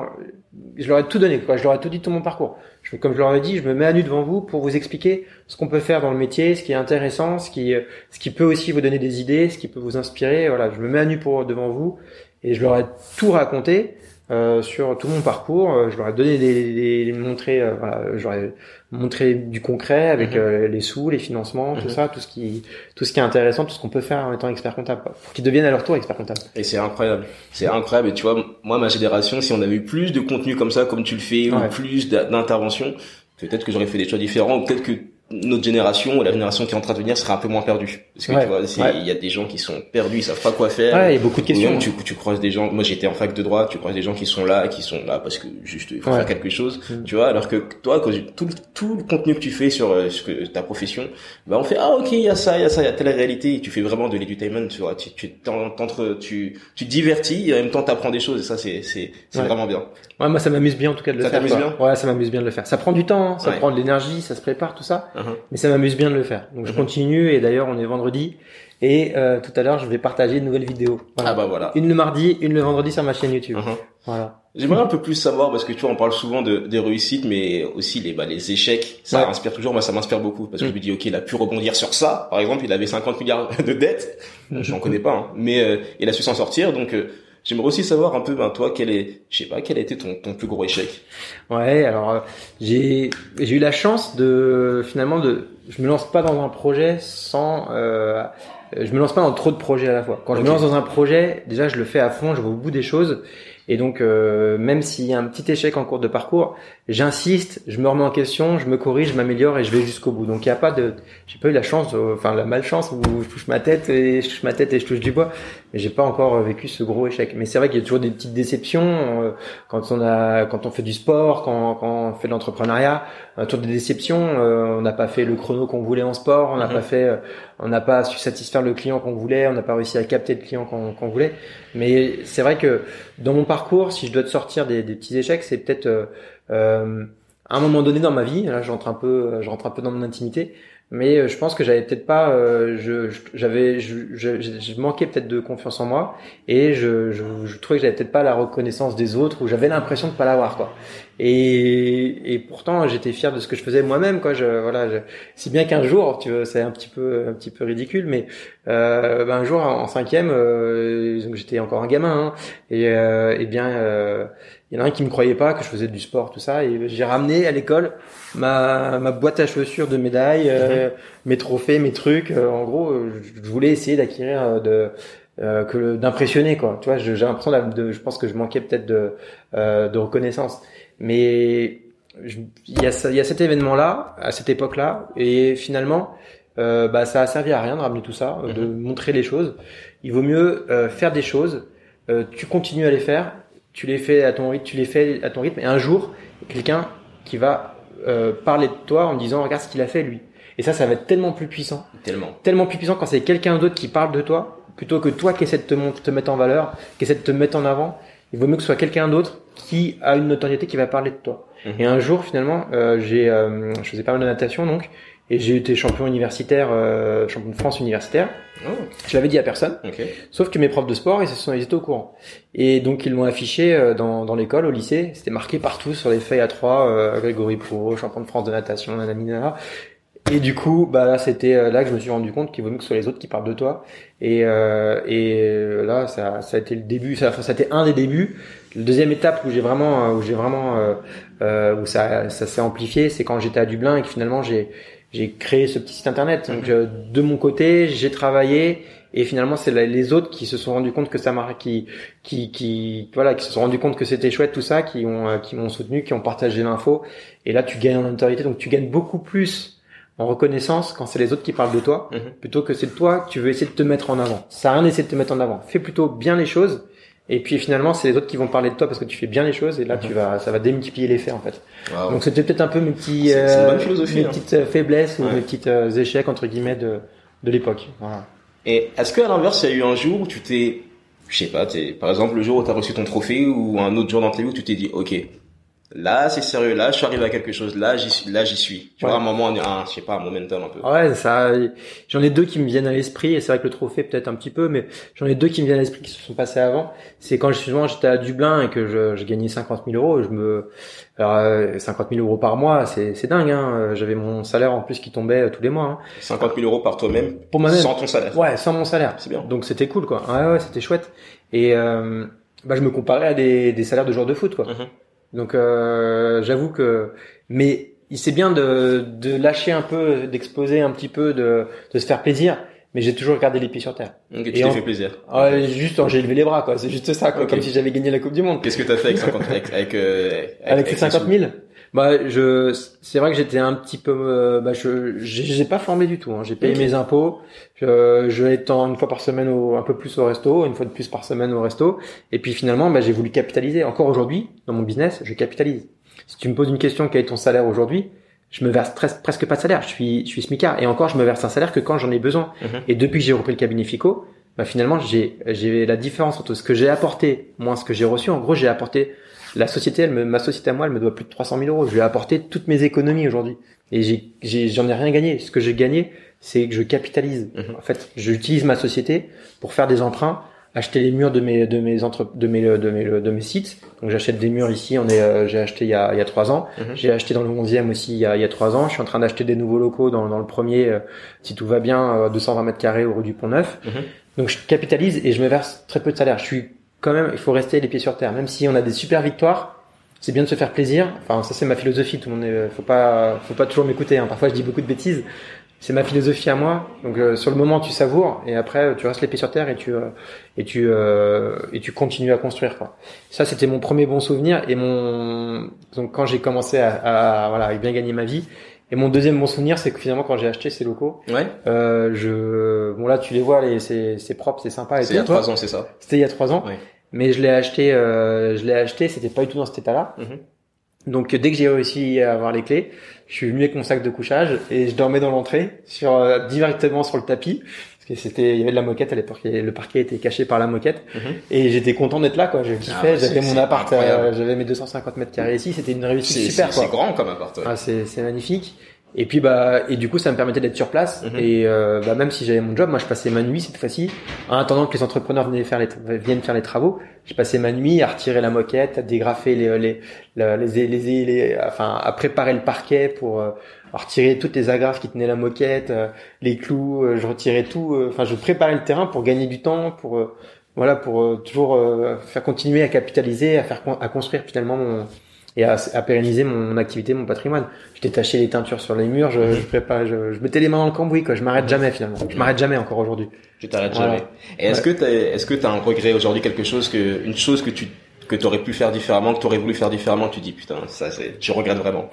je leur ai tout donné, quoi. Je leur ai tout dit, tout mon parcours. Je, comme je leur ai dit, je me mets à nu devant vous pour vous expliquer ce qu'on peut faire dans le métier, ce qui est intéressant, ce qui, ce qui peut aussi vous donner des idées, ce qui peut vous inspirer. Voilà, je me mets à nu pour devant vous et je leur ai tout raconté. Euh, sur tout mon parcours, euh, je leur ai donné des, des, des montré, euh, voilà, je leur ai montré du concret avec mmh. euh, les sous, les financements, mmh. tout ça, tout ce qui, tout ce qui est intéressant, tout ce qu'on peut faire en étant expert comptable, quoi, pour qu'ils deviennent à leur tour expert comptable. Et c'est incroyable, c'est incroyable. Et tu vois, moi, ma génération, si on avait eu plus de contenu comme ça, comme tu le fais, ouais. ou plus d'interventions, peut-être que j'aurais fait des choix différents, ou peut-être que notre génération ou la génération qui est en train de venir serait un peu moins perdue, parce que ouais, tu vois, il ouais. y a des gens qui sont perdus, ils savent pas quoi faire. Ouais, il y a beaucoup de questions. Même, tu, tu croises des gens, moi j'étais en fac de droit, tu croises des gens qui sont là, qui sont là parce que juste il faut ouais. faire quelque chose, mmh. tu vois, alors que toi, quand tout, tout le contenu que tu fais sur, sur ta profession, bah on fait ah ok il y a ça, il y a ça, il y a telle réalité, et tu fais vraiment de l'edutainment, tu vois, tu tu t'entre, tu tu te divertis et en même temps t'apprends des choses, et ça c'est c'est c'est ouais. vraiment bien. Ouais, moi ça m'amuse bien en tout cas de le ça faire. Ça t'amuse bien? Ouais, ça m'amuse bien de le faire. Ça prend du temps, hein, ça ouais. prend de l'énergie, ça se prépare tout ça, uh-huh. mais ça m'amuse bien de le faire. Donc uh-huh. je continue, et d'ailleurs on est vendredi et euh, tout à l'heure je vais partager une nouvelle vidéo. Voilà. Ah bah voilà. Une le mardi, une le vendredi sur ma chaîne YouTube. Uh-huh. Voilà. J'aimerais un peu plus savoir, parce que tu vois on parle souvent de des réussites, mais aussi les bah les échecs. Ça ouais. inspire toujours. Moi ça m'inspire beaucoup parce que mmh. je me dis ok il a pu rebondir sur ça. Par exemple il avait cinquante milliards de dettes. Bon, je n'en connais pas, hein, mais euh, il a su s'en sortir. Donc euh, j'aimerais aussi savoir un peu, ben toi, quel est, je sais pas, quel a été ton ton plus gros échec. Ouais, alors euh, j'ai j'ai eu la chance de finalement de, je me lance pas dans un projet sans, euh, je me lance pas dans trop de projets à la fois. Quand okay. je me lance dans un projet, déjà je le fais à fond, je vais au bout des choses. Et donc, euh, même s'il y a un petit échec en cours de parcours, j'insiste, je me remets en question, je me corrige, je m'améliore et je vais jusqu'au bout. Donc, il n'y a pas de, j'ai pas eu la chance, euh, enfin la malchance où je touche ma tête et je touche ma tête et je touche du bois. Mais j'ai pas encore vécu ce gros échec. Mais c'est vrai qu'il y a toujours des petites déceptions euh, quand on a, quand on fait du sport, quand, quand on fait de l'entrepreneuriat, on a toujours des déceptions. Euh, on n'a pas fait le chrono qu'on voulait en sport, on n'a mm-hmm. pas fait, euh, on n'a pas su satisfaire le client qu'on voulait, on n'a pas réussi à capter le client qu'on, qu'on voulait. Mais c'est vrai que dans mon parcours, si je dois te sortir des, des petits échecs, c'est peut-être euh, euh, à un moment donné dans ma vie. Là, je rentre un peu, je rentre un peu dans mon intimité, mais je pense que j'avais peut-être pas, euh, je, j'avais, je, je, je manquais peut-être de confiance en moi, et je, je, je trouvais que j'avais peut-être pas la reconnaissance des autres, ou j'avais l'impression de pas l'avoir, quoi. Et, et pourtant, j'étais fier de ce que je faisais moi-même, quoi. Je, voilà, je, si bien qu'un jour, tu vois, c'est un petit peu, un petit peu ridicule, mais euh, ben un jour en cinquième, euh, donc j'étais encore un gamin, hein, et, euh, et bien, euh, il y en a un qui me croyait pas que je faisais du sport, tout ça, et j'ai ramené à l'école ma ma boîte à chaussures de médailles, euh, mmh. mes trophées, mes trucs. Euh, en gros, je voulais essayer d'acquérir euh, de euh, que d'impressionner, quoi. Tu vois, j'ai l'impression de, de, je pense que je manquais peut-être de euh, de reconnaissance. Mais je, il y a ça, il y a cet événement-là à cette époque-là, et finalement, euh, bah ça a servi à rien de ramener tout ça, mmh. de montrer les choses. Il vaut mieux euh, faire des choses. Euh, tu continues à les faire. Tu les fais à ton rythme, tu les fais à ton rythme, et un jour, quelqu'un qui va euh, parler de toi en disant regarde ce qu'il a fait lui. Et ça, ça va être tellement plus puissant. Tellement. Tellement plus puissant quand c'est quelqu'un d'autre qui parle de toi, plutôt que toi qui essaie de te, monter, te mettre en valeur, qui essaie de te mettre en avant. Il vaut mieux que ce soit quelqu'un d'autre qui a une notoriété qui va parler de toi. Mmh. Et un jour, finalement, euh, j'ai, euh, je faisais pas mal de natation, donc, et j'ai été champion universitaire, euh, champion de France universitaire. Oh. Je l'avais dit à personne. Okay. Sauf que mes profs de sport, ils se sont, ils étaient au courant. Et donc, ils l'ont affiché dans, dans l'école, au lycée. C'était marqué partout sur les feuilles A trois, euh, Grégory Proulx, champion de France de natation, nanana. Et du coup, bah là, c'était là que je me suis rendu compte qu'il vaut mieux que ce soit les autres qui parlent de toi. Et, euh, et là, ça, ça a été le début. Ça, ça a été un des débuts. La deuxième étape où j'ai vraiment, où j'ai vraiment, euh, euh, où ça, ça s'est amplifié, c'est quand j'étais à Dublin et que finalement j'ai j'ai créé ce petit site internet. Donc, euh, de mon côté, j'ai travaillé, et finalement, c'est les autres qui se sont rendus compte que ça marche, qui, qui, qui, voilà, qui se sont rendus compte que c'était chouette tout ça, qui ont, euh, qui m'ont soutenu, qui ont partagé l'info. Et là, tu gagnes en notoriété, donc tu gagnes beaucoup plus en reconnaissance quand c'est les autres qui parlent de toi, mm-hmm. plutôt que c'est toi que tu veux essayer de te mettre en avant. Ça a rien d'essayer de te mettre en avant. Fais plutôt bien les choses. Et puis finalement, c'est les autres qui vont parler de toi parce que tu fais bien les choses, et là, tu vas, ça va démultiplier l'effet en fait. Wow. Donc c'était peut-être un peu mes petits, c'est, c'est euh, mes hein. petites faiblesses, ouais. ou mes petites euh, échecs entre guillemets de de l'époque. Voilà. Et est-ce que à l'inverse, il y a eu un jour où tu t'es, je sais pas, t'es, par exemple le jour où t'as reçu ton trophée, ou un autre jour dans ta vie où tu t'es dit, ok, là c'est sérieux, là je suis arrivé à quelque chose, là j'y suis, là j'y suis. Tu ouais. vois, à un moment, un, je sais pas, un momentum un peu. Ouais, ça, j'en ai deux qui me viennent à l'esprit, et c'est vrai que le trophée peut-être un petit peu, mais j'en ai deux qui me viennent à l'esprit qui se sont passés avant. C'est quand justement j'étais à Dublin et que je, je gagnais cinquante mille euros, je me, alors cinquante mille euros par mois, c'est, c'est dingue, hein. J'avais mon salaire en plus qui tombait tous les mois. Hein. cinquante mille euros par toi-même. Pour moi-même. Sans ton salaire. Ouais, sans mon salaire. C'est bien. Donc c'était cool, quoi. Ouais, ouais, c'était chouette. Et euh, bah je me comparais à des, des salaires de joueurs de foot, quoi. Mm-hmm. Donc euh, j'avoue que, mais c'est bien de, de lâcher un peu, d'exposer un petit peu, de, de se faire plaisir. Mais j'ai toujours gardé les pieds sur terre. Donc tu t'es en... fait plaisir. Ouais, juste j'ai levé les bras, quoi. C'est juste ça, quoi. Okay. Comme si j'avais gagné la Coupe du Monde. Qu'est-ce que t'as fait avec cinquante avec avec, euh, avec, avec ces cinquante mille? Bah, je, c'est vrai que j'étais un petit peu, euh, bah, je, j'ai pas formé du tout. Hein. J'ai payé okay. mes impôts. Je, je vais temps une fois par semaine au, un peu plus au resto, une fois de plus par semaine au resto. Et puis finalement, bah, j'ai voulu capitaliser. Encore aujourd'hui, dans mon business, je capitalise. Si tu me poses une question, quel est ton salaire aujourd'hui? Je me verse très, presque pas de salaire. Je suis, je suis smicard. Et encore, je me verse un salaire que quand j'en ai besoin. Mm-hmm. Et depuis que j'ai repris le cabinet Fico, bah, finalement, j'ai, j'ai la différence entre ce que j'ai apporté moins ce que j'ai reçu. En gros, j'ai apporté, la société, elle me, ma société à moi, elle me doit plus de trois cent mille euros. Je lui ai apporté toutes mes économies aujourd'hui. Et j'ai, j'ai, j'en ai rien gagné. Ce que j'ai gagné, c'est que je capitalise. Mm-hmm. En fait, j'utilise ma société pour faire des emprunts, acheter les murs de mes, de mes entre, de mes, de mes, de mes sites. Donc, j'achète des murs ici. On est, euh, j'ai acheté il y a, il y a trois ans. Mm-hmm. J'ai acheté dans le onzième aussi il y a, il y a trois ans. Je suis en train d'acheter des nouveaux locaux dans, dans le premier, euh, si tout va bien, euh, deux cent vingt mètres carrés au rue du Pont-Neuf. Mm-hmm. Donc, je capitalise et je me verse très peu de salaire. Je suis quand même, il faut rester les pieds sur terre. Même si on a des super victoires, c'est bien de se faire plaisir. Enfin, ça, c'est ma philosophie. Tout le monde est, faut pas, faut pas toujours m'écouter, hein. Parfois, je dis beaucoup de bêtises. C'est ma philosophie à moi. Donc euh, sur le moment tu savoures et après tu restes les pieds sur terre et tu euh, et tu euh, et tu continues à construire, quoi. Ça c'était mon premier bon souvenir et mon donc quand j'ai commencé à, à voilà à bien gagner ma vie. Et mon deuxième bon souvenir, c'est que finalement quand j'ai acheté ces locaux, ouais. euh, je bon là tu les vois, les c'est c'est propre, c'est sympa. Et c'est il y a trois ans, c'est ça. C'était il y a trois ans. Ouais. Mais je l'ai acheté, euh, je l'ai acheté, c'était pas du tout dans cet état-là. Mm-hmm. Donc dès que j'ai réussi à avoir les clés, je suis venu avec mon sac de couchage et je dormais dans l'entrée, sur euh, directement sur le tapis, parce que c'était, il y avait de la moquette à l'époque, le parquet était caché par la moquette, mm-hmm. et j'étais content d'être là, quoi. Je kiffais, ah, j'avais mon appart, euh, j'avais mes deux cent cinquante mètres carrés ici, c'était une réussite c'est, super, c'est, quoi. C'est grand comme appart. Ouais. Ah, c'est, c'est magnifique. Et puis bah et du coup ça me permettait d'être sur place mm-hmm. et euh, bah même si j'avais mon job, moi je passais ma nuit cette fois-ci en attendant que les entrepreneurs viennent faire les viennent faire les travaux. Je passais ma nuit à retirer la moquette, à dégrafer les les les les, les, les enfin à préparer le parquet pour euh, retirer toutes les agrafes qui tenaient la moquette, euh, les clous, euh, je retirais tout, enfin euh, je préparais le terrain pour gagner du temps, pour euh, voilà pour euh, toujours euh, faire continuer à capitaliser, à faire à construire finalement mon et à, à pérenniser mon activité, mon patrimoine. Je détachais les teintures sur les murs, je, je prépare, je, je mettais les mains dans le cambouis, quoi. Je m'arrête jamais finalement. Je m'arrête jamais encore aujourd'hui. Tu t'arrêtes voilà. jamais. Et est-ce ouais. que t'as, est-ce que t'as un regret aujourd'hui, quelque chose que, une chose que tu, que t'aurais pu faire différemment, que t'aurais voulu faire différemment, tu dis putain, ça c'est, tu regrettes vraiment.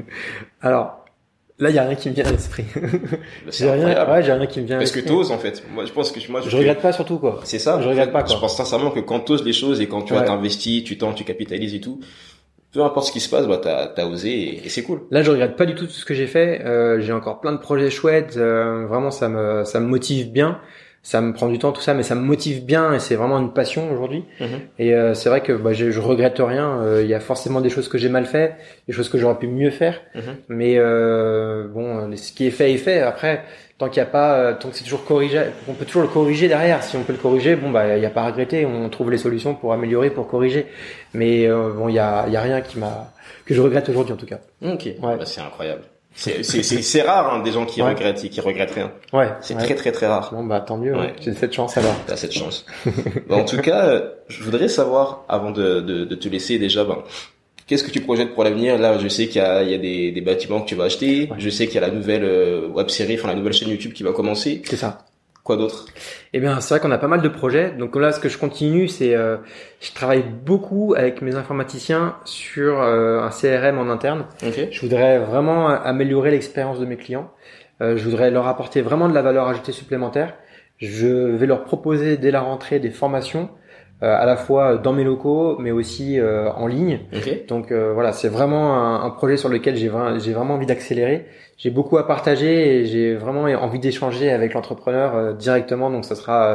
Alors, là, il y a rien qui me vient à l'esprit. j'ai rien, ouais, j'ai rien qui me vient à l'esprit. Parce que t'oses, en fait. Moi, je pense que moi, je, je regrette pas surtout, quoi. C'est ça. Je regrette pas, quoi. Je pense sincèrement que quand t'oses les choses et quand tu ouais. as t'investis, tu tentes, tu capitalises et tout, peu importe ce qui se passe, bah t'as, t'as osé et, et c'est cool. Là, je regrette pas du tout tout ce que j'ai fait. Euh, j'ai encore plein de projets chouettes. Euh, vraiment, ça me, ça me motive bien. Ça me prend du temps, tout ça, mais ça me motive bien et c'est vraiment une passion aujourd'hui. Mm-hmm. Et euh, c'est vrai que bah, je, je regrette rien. Il euh, y a forcément des choses que j'ai mal fait, des choses que j'aurais pu mieux faire. Mm-hmm. Mais euh, bon, ce qui est fait est fait. Après, tant qu'il y a pas, tant que c'est toujours corrigé, on peut toujours le corriger derrière. Si on peut le corriger, bon bah il y a pas à regretter. On trouve les solutions pour améliorer, pour corriger. Mais euh, bon, il y a, il y a rien qui m'a, que je regrette aujourd'hui en tout cas. Ok, ouais. Bah, c'est incroyable. C'est, c'est, c'est, c'est rare, hein, des gens qui ouais. regrettent et qui regrettent rien. Ouais. C'est ouais. très, très, très rare. Bon, bah, tant mieux. Ouais. J'ai cette chance alors. T'as cette chance. Bah, en tout cas, je voudrais savoir, avant de, de, de te laisser déjà, ben, qu'est-ce que tu projettes pour l'avenir? Là, je sais qu'il y a, il y a des, des bâtiments que tu vas acheter. Ouais. Je sais qu'il y a la nouvelle euh, web série, enfin, la nouvelle chaîne YouTube qui va commencer. C'est ça. Quoi d'autre? Eh bien, c'est vrai qu'on a pas mal de projets. Donc là, ce que je continue, c'est, euh, je travaille beaucoup avec mes informaticiens sur euh, un C R M en interne. Okay. Je voudrais vraiment améliorer l'expérience de mes clients. Euh, je voudrais leur apporter vraiment de la valeur ajoutée supplémentaire. Je vais leur proposer dès la rentrée des formations, euh, à la fois dans mes locaux, mais aussi euh, en ligne. Okay. Donc euh, voilà, c'est vraiment un, un projet sur lequel j'ai, j'ai vraiment envie d'accélérer. J'ai beaucoup à partager et j'ai vraiment envie d'échanger avec l'entrepreneur euh, directement. Donc ça sera euh,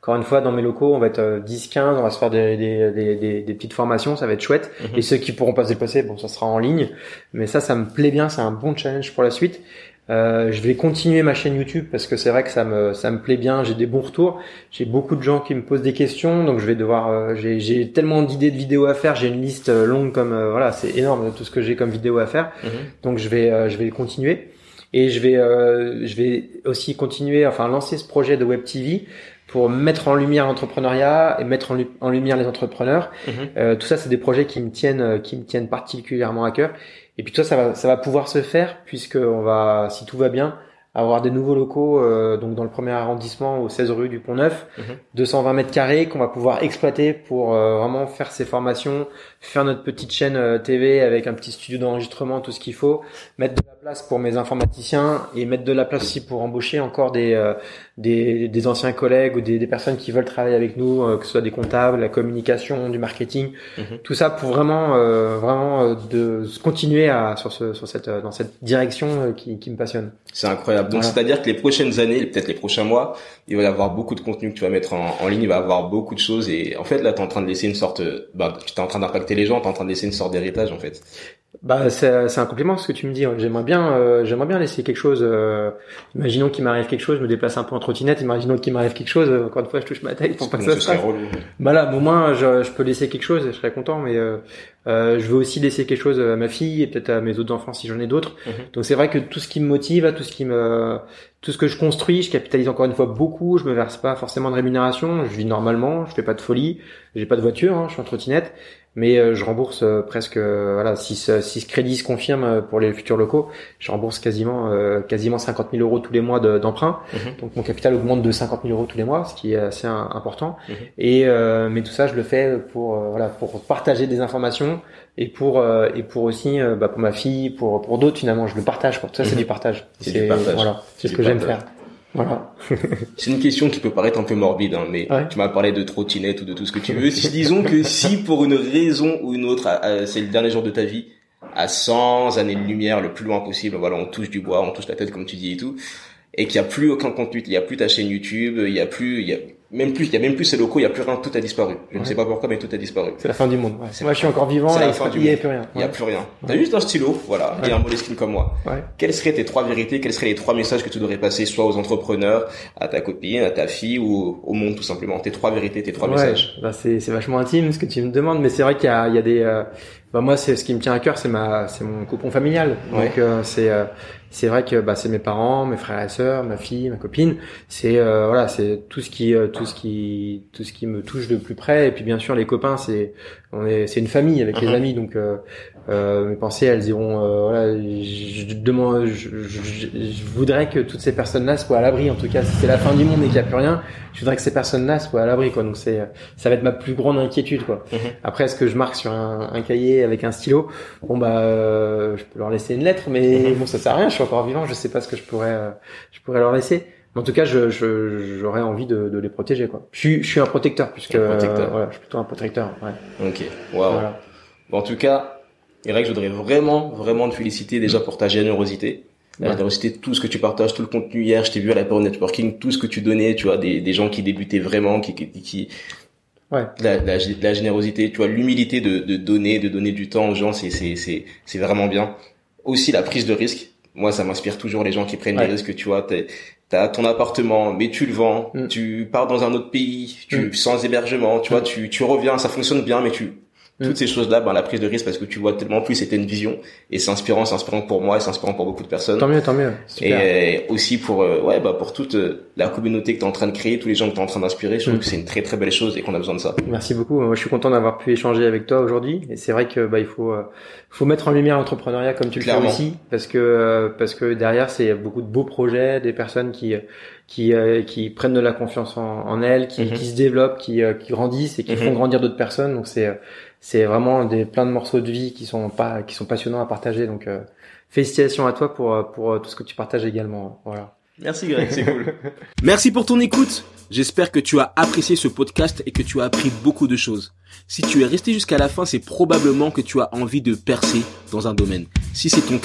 Encore une fois, dans mes locaux, on va être dix, quinze, on va se faire des, des, des, des, des petites formations, ça va être chouette. Mm-hmm. Et ceux qui pourront pas se déplacer, bon, ça sera en ligne. Mais ça, ça me plaît bien, c'est un bon challenge pour la suite. Euh, je vais continuer ma chaîne YouTube parce que c'est vrai que ça me ça me plaît bien, j'ai des bons retours, j'ai beaucoup de gens qui me posent des questions, donc je vais devoir euh, j'ai j'ai tellement d'idées de vidéos à faire, j'ai une liste longue comme euh, voilà, c'est énorme tout ce que j'ai comme vidéo à faire. Mmh. Donc je vais euh, je vais continuer et je vais euh, je vais aussi continuer enfin lancer ce projet de Web T V pour mettre en lumière l'entrepreneuriat et mettre en, lu- en lumière les entrepreneurs. Mmh. Euh, tout ça c'est des projets qui me tiennent qui me tiennent particulièrement à cœur. Et puis toi, ça va, ça va pouvoir se faire puisque on va, si tout va bien, avoir des nouveaux locaux, euh, donc dans le premier arrondissement, au seize rue du Pont-Neuf, mmh. deux cent vingt mètres carrés qu'on va pouvoir exploiter pour euh, vraiment faire ces formations, faire notre petite chaîne euh, T V avec un petit studio d'enregistrement, tout ce qu'il faut, mettre de la place pour mes informaticiens et mettre de la place aussi pour embaucher encore des euh, des, des anciens collègues ou des, des personnes qui veulent travailler avec nous, euh, que ce soit des comptables, la communication, du marketing, mmh. tout ça pour vraiment euh, vraiment euh, de continuer à sur ce sur cette dans cette direction euh, qui qui me passionne. C'est incroyable. Donc, voilà. C'est-à-dire que les prochaines années, peut-être les prochains mois, il va y avoir beaucoup de contenu que tu vas mettre en, en ligne, il va y avoir beaucoup de choses et en fait, là, tu es en train de laisser une sorte, bah, tu es en train d'impacter les gens, tu es en train de laisser une sorte d'héritage, en fait. Bah, c'est, c'est un compliment ce que tu me dis. J'aimerais bien, euh, j'aimerais bien laisser quelque chose, euh, imaginons qu'il m'arrive quelque chose, je me déplace un peu en trottinette, imaginons qu'il m'arrive quelque chose, euh, encore une fois, je touche ma tête pour pas que ça se passe. Bah là, au moins, je, je peux laisser quelque chose et je serais content, mais, euh, Euh, je veux aussi laisser quelque chose à ma fille et peut-être à mes autres enfants si j'en ai d'autres. Mmh. Donc c'est vrai que tout ce qui me motive, tout ce qui me, tout ce que je construis, je capitalise encore une fois beaucoup. Je me verse pas forcément de rémunération. Je vis normalement, je fais pas de folie. J'ai pas de voiture, hein, je suis en trottinette, mais euh, je rembourse euh, presque, euh, voilà, si ce, si ce crédit se confirme pour les futurs locaux, je rembourse quasiment, euh, quasiment cinquante mille euros tous les mois de, d'emprunt. Mmh. Donc mon capital augmente de cinquante mille euros tous les mois, ce qui est assez un, important. Mmh. Et euh, mais tout ça, je le fais pour, euh, voilà, pour partager des informations. Et pour euh, et pour aussi euh, bah pour ma fille, pour pour d'autres finalement, je le partage quoi. Tout ça mmh. c'est du partage. C'est, c'est du partage. Voilà, c'est, c'est ce que partage. j'aime faire. Voilà. C'est une question qui peut paraître un peu morbide, hein, mais ouais. Tu m'as parlé de trottinette ou de tout ce que tu veux. Si disons que si pour une raison ou une autre, à, à, c'est le dernier jour de ta vie, à cent années de lumière, le plus loin possible, voilà, on touche du bois, on touche la tête comme tu dis et tout, et qu'il y a plus aucun contenu, il y a plus ta chaîne YouTube, il y a plus, il y a même plus, il y a même plus ces locaux, il y a plus rien, tout a disparu. Je ouais. ne sais pas pourquoi, mais tout a disparu. C'est la fin du monde. Ouais. Moi, je suis encore vivant. C'est la fin du monde. Il n'y a plus rien. Il n'y a plus rien. Ouais. T'as juste un stylo, voilà, ouais. et un Moleskine comme moi. Ouais. Quelles seraient tes trois vérités, quels seraient les trois messages que tu devrais passer, soit aux entrepreneurs, à ta copine, à ta fille ou au monde tout simplement? Tes trois vérités, tes trois ouais. messages. Bah, c'est, c'est vachement intime ce que tu me demandes, mais c'est vrai qu'il y a, il y a des, euh, bah, moi, c'est ce qui me tient à cœur, c'est ma, c'est mon cocon familial. Donc, ouais. euh, c'est, euh, c'est vrai que bah c'est mes parents, mes frères et sœurs, ma fille, ma copine. C'est euh, voilà, c'est tout ce qui euh, tout ce qui tout ce qui me touche de plus près. Et puis bien sûr les copains, c'est on est c'est une famille avec uh-huh. les amis. Donc euh, euh, mes pensées, elles iront. Euh, voilà, je, je demande, je, je, je voudrais que toutes ces personnes-là soient à l'abri. En tout cas, si c'est la fin du monde et qu'il n'y a plus rien, je voudrais que ces personnes-là soient à l'abri. Quoi. Donc c'est ça va être ma plus grande inquiétude. Quoi. Uh-huh. Après, est-ce que je marque sur un, un cahier avec un stylo? Bon bah, euh, je peux leur laisser une lettre, mais uh-huh. bon, ça sert à rien. Je suis encore vivant, je sais pas ce que je pourrais, euh, je pourrais leur laisser. Mais en tout cas, je, je, j'aurais envie de, de les protéger, quoi. Je suis, je suis un protecteur, puisque, un protecteur. Euh, voilà, je suis plutôt un protecteur, ouais. Ok. Waouh. Voilà. Bon, en tout cas, Eric, je voudrais vraiment, vraiment te féliciter déjà pour ta générosité. La ouais. générosité de tout ce que tu partages, tout le contenu hier, je t'ai vu à la Power Networking, tout ce que tu donnais, tu vois, des, des gens qui débutaient vraiment, qui, qui, qui, ouais. La, la, la générosité, tu vois, l'humilité de, de donner, de donner du temps aux gens, c'est, c'est, c'est, c'est vraiment bien. Aussi la prise de risque. Moi, ça m'inspire toujours les gens qui prennent ouais. des risques. Tu vois, t'es, t'as ton appartement, mais tu le vends. Mm. Tu pars dans un autre pays, tu mm. sans hébergement. Tu mm. vois, tu tu reviens, ça fonctionne bien, mais tu toutes mm. ces choses-là, ben la prise de risque parce que tu vois tellement plus, c'était une vision et c'est inspirant, c'est inspirant pour moi et c'est inspirant pour beaucoup de personnes. Tant mieux, tant mieux. Super. Et aussi pour euh, ouais bah pour toute euh, la communauté que t'es en train de créer, tous les gens que t'es en train d'inspirer, je trouve mm. que c'est une très très belle chose et qu'on a besoin de ça. Merci beaucoup. Moi, je suis content d'avoir pu échanger avec toi aujourd'hui et c'est vrai que bah il faut euh, faut mettre en lumière l'entrepreneuriat comme tu le Clairement. fais aussi parce que euh, parce que derrière c'est beaucoup de beaux projets, des personnes qui qui euh, qui prennent de la confiance en, en elles, qui, mm-hmm. qui se développent, qui euh, qui grandissent et qui mm-hmm. font grandir d'autres personnes. Donc c'est c'est vraiment des plein de morceaux de vie qui sont pas qui sont passionnants à partager. Donc euh, félicitations à toi pour pour tout ce que tu partages également. Voilà. Merci Greg, c'est cool. Merci pour ton écoute. J'espère que tu as apprécié ce podcast et que tu as appris beaucoup de choses. Si tu es resté jusqu'à la fin, c'est probablement que tu as envie de percer dans un domaine. Si c'est ton cas,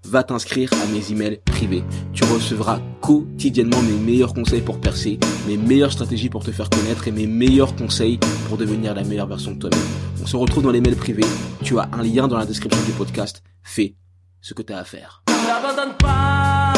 va t'inscrire à mes emails privés. Tu recevras quotidiennement mes meilleurs conseils pour percer, mes meilleures stratégies pour te faire connaître et mes meilleurs conseils pour devenir la meilleure version de toi-même. On se retrouve dans les mails privés. Tu as un lien dans la description du podcast. Fais ce que tu as à faire. N'abandonne pas.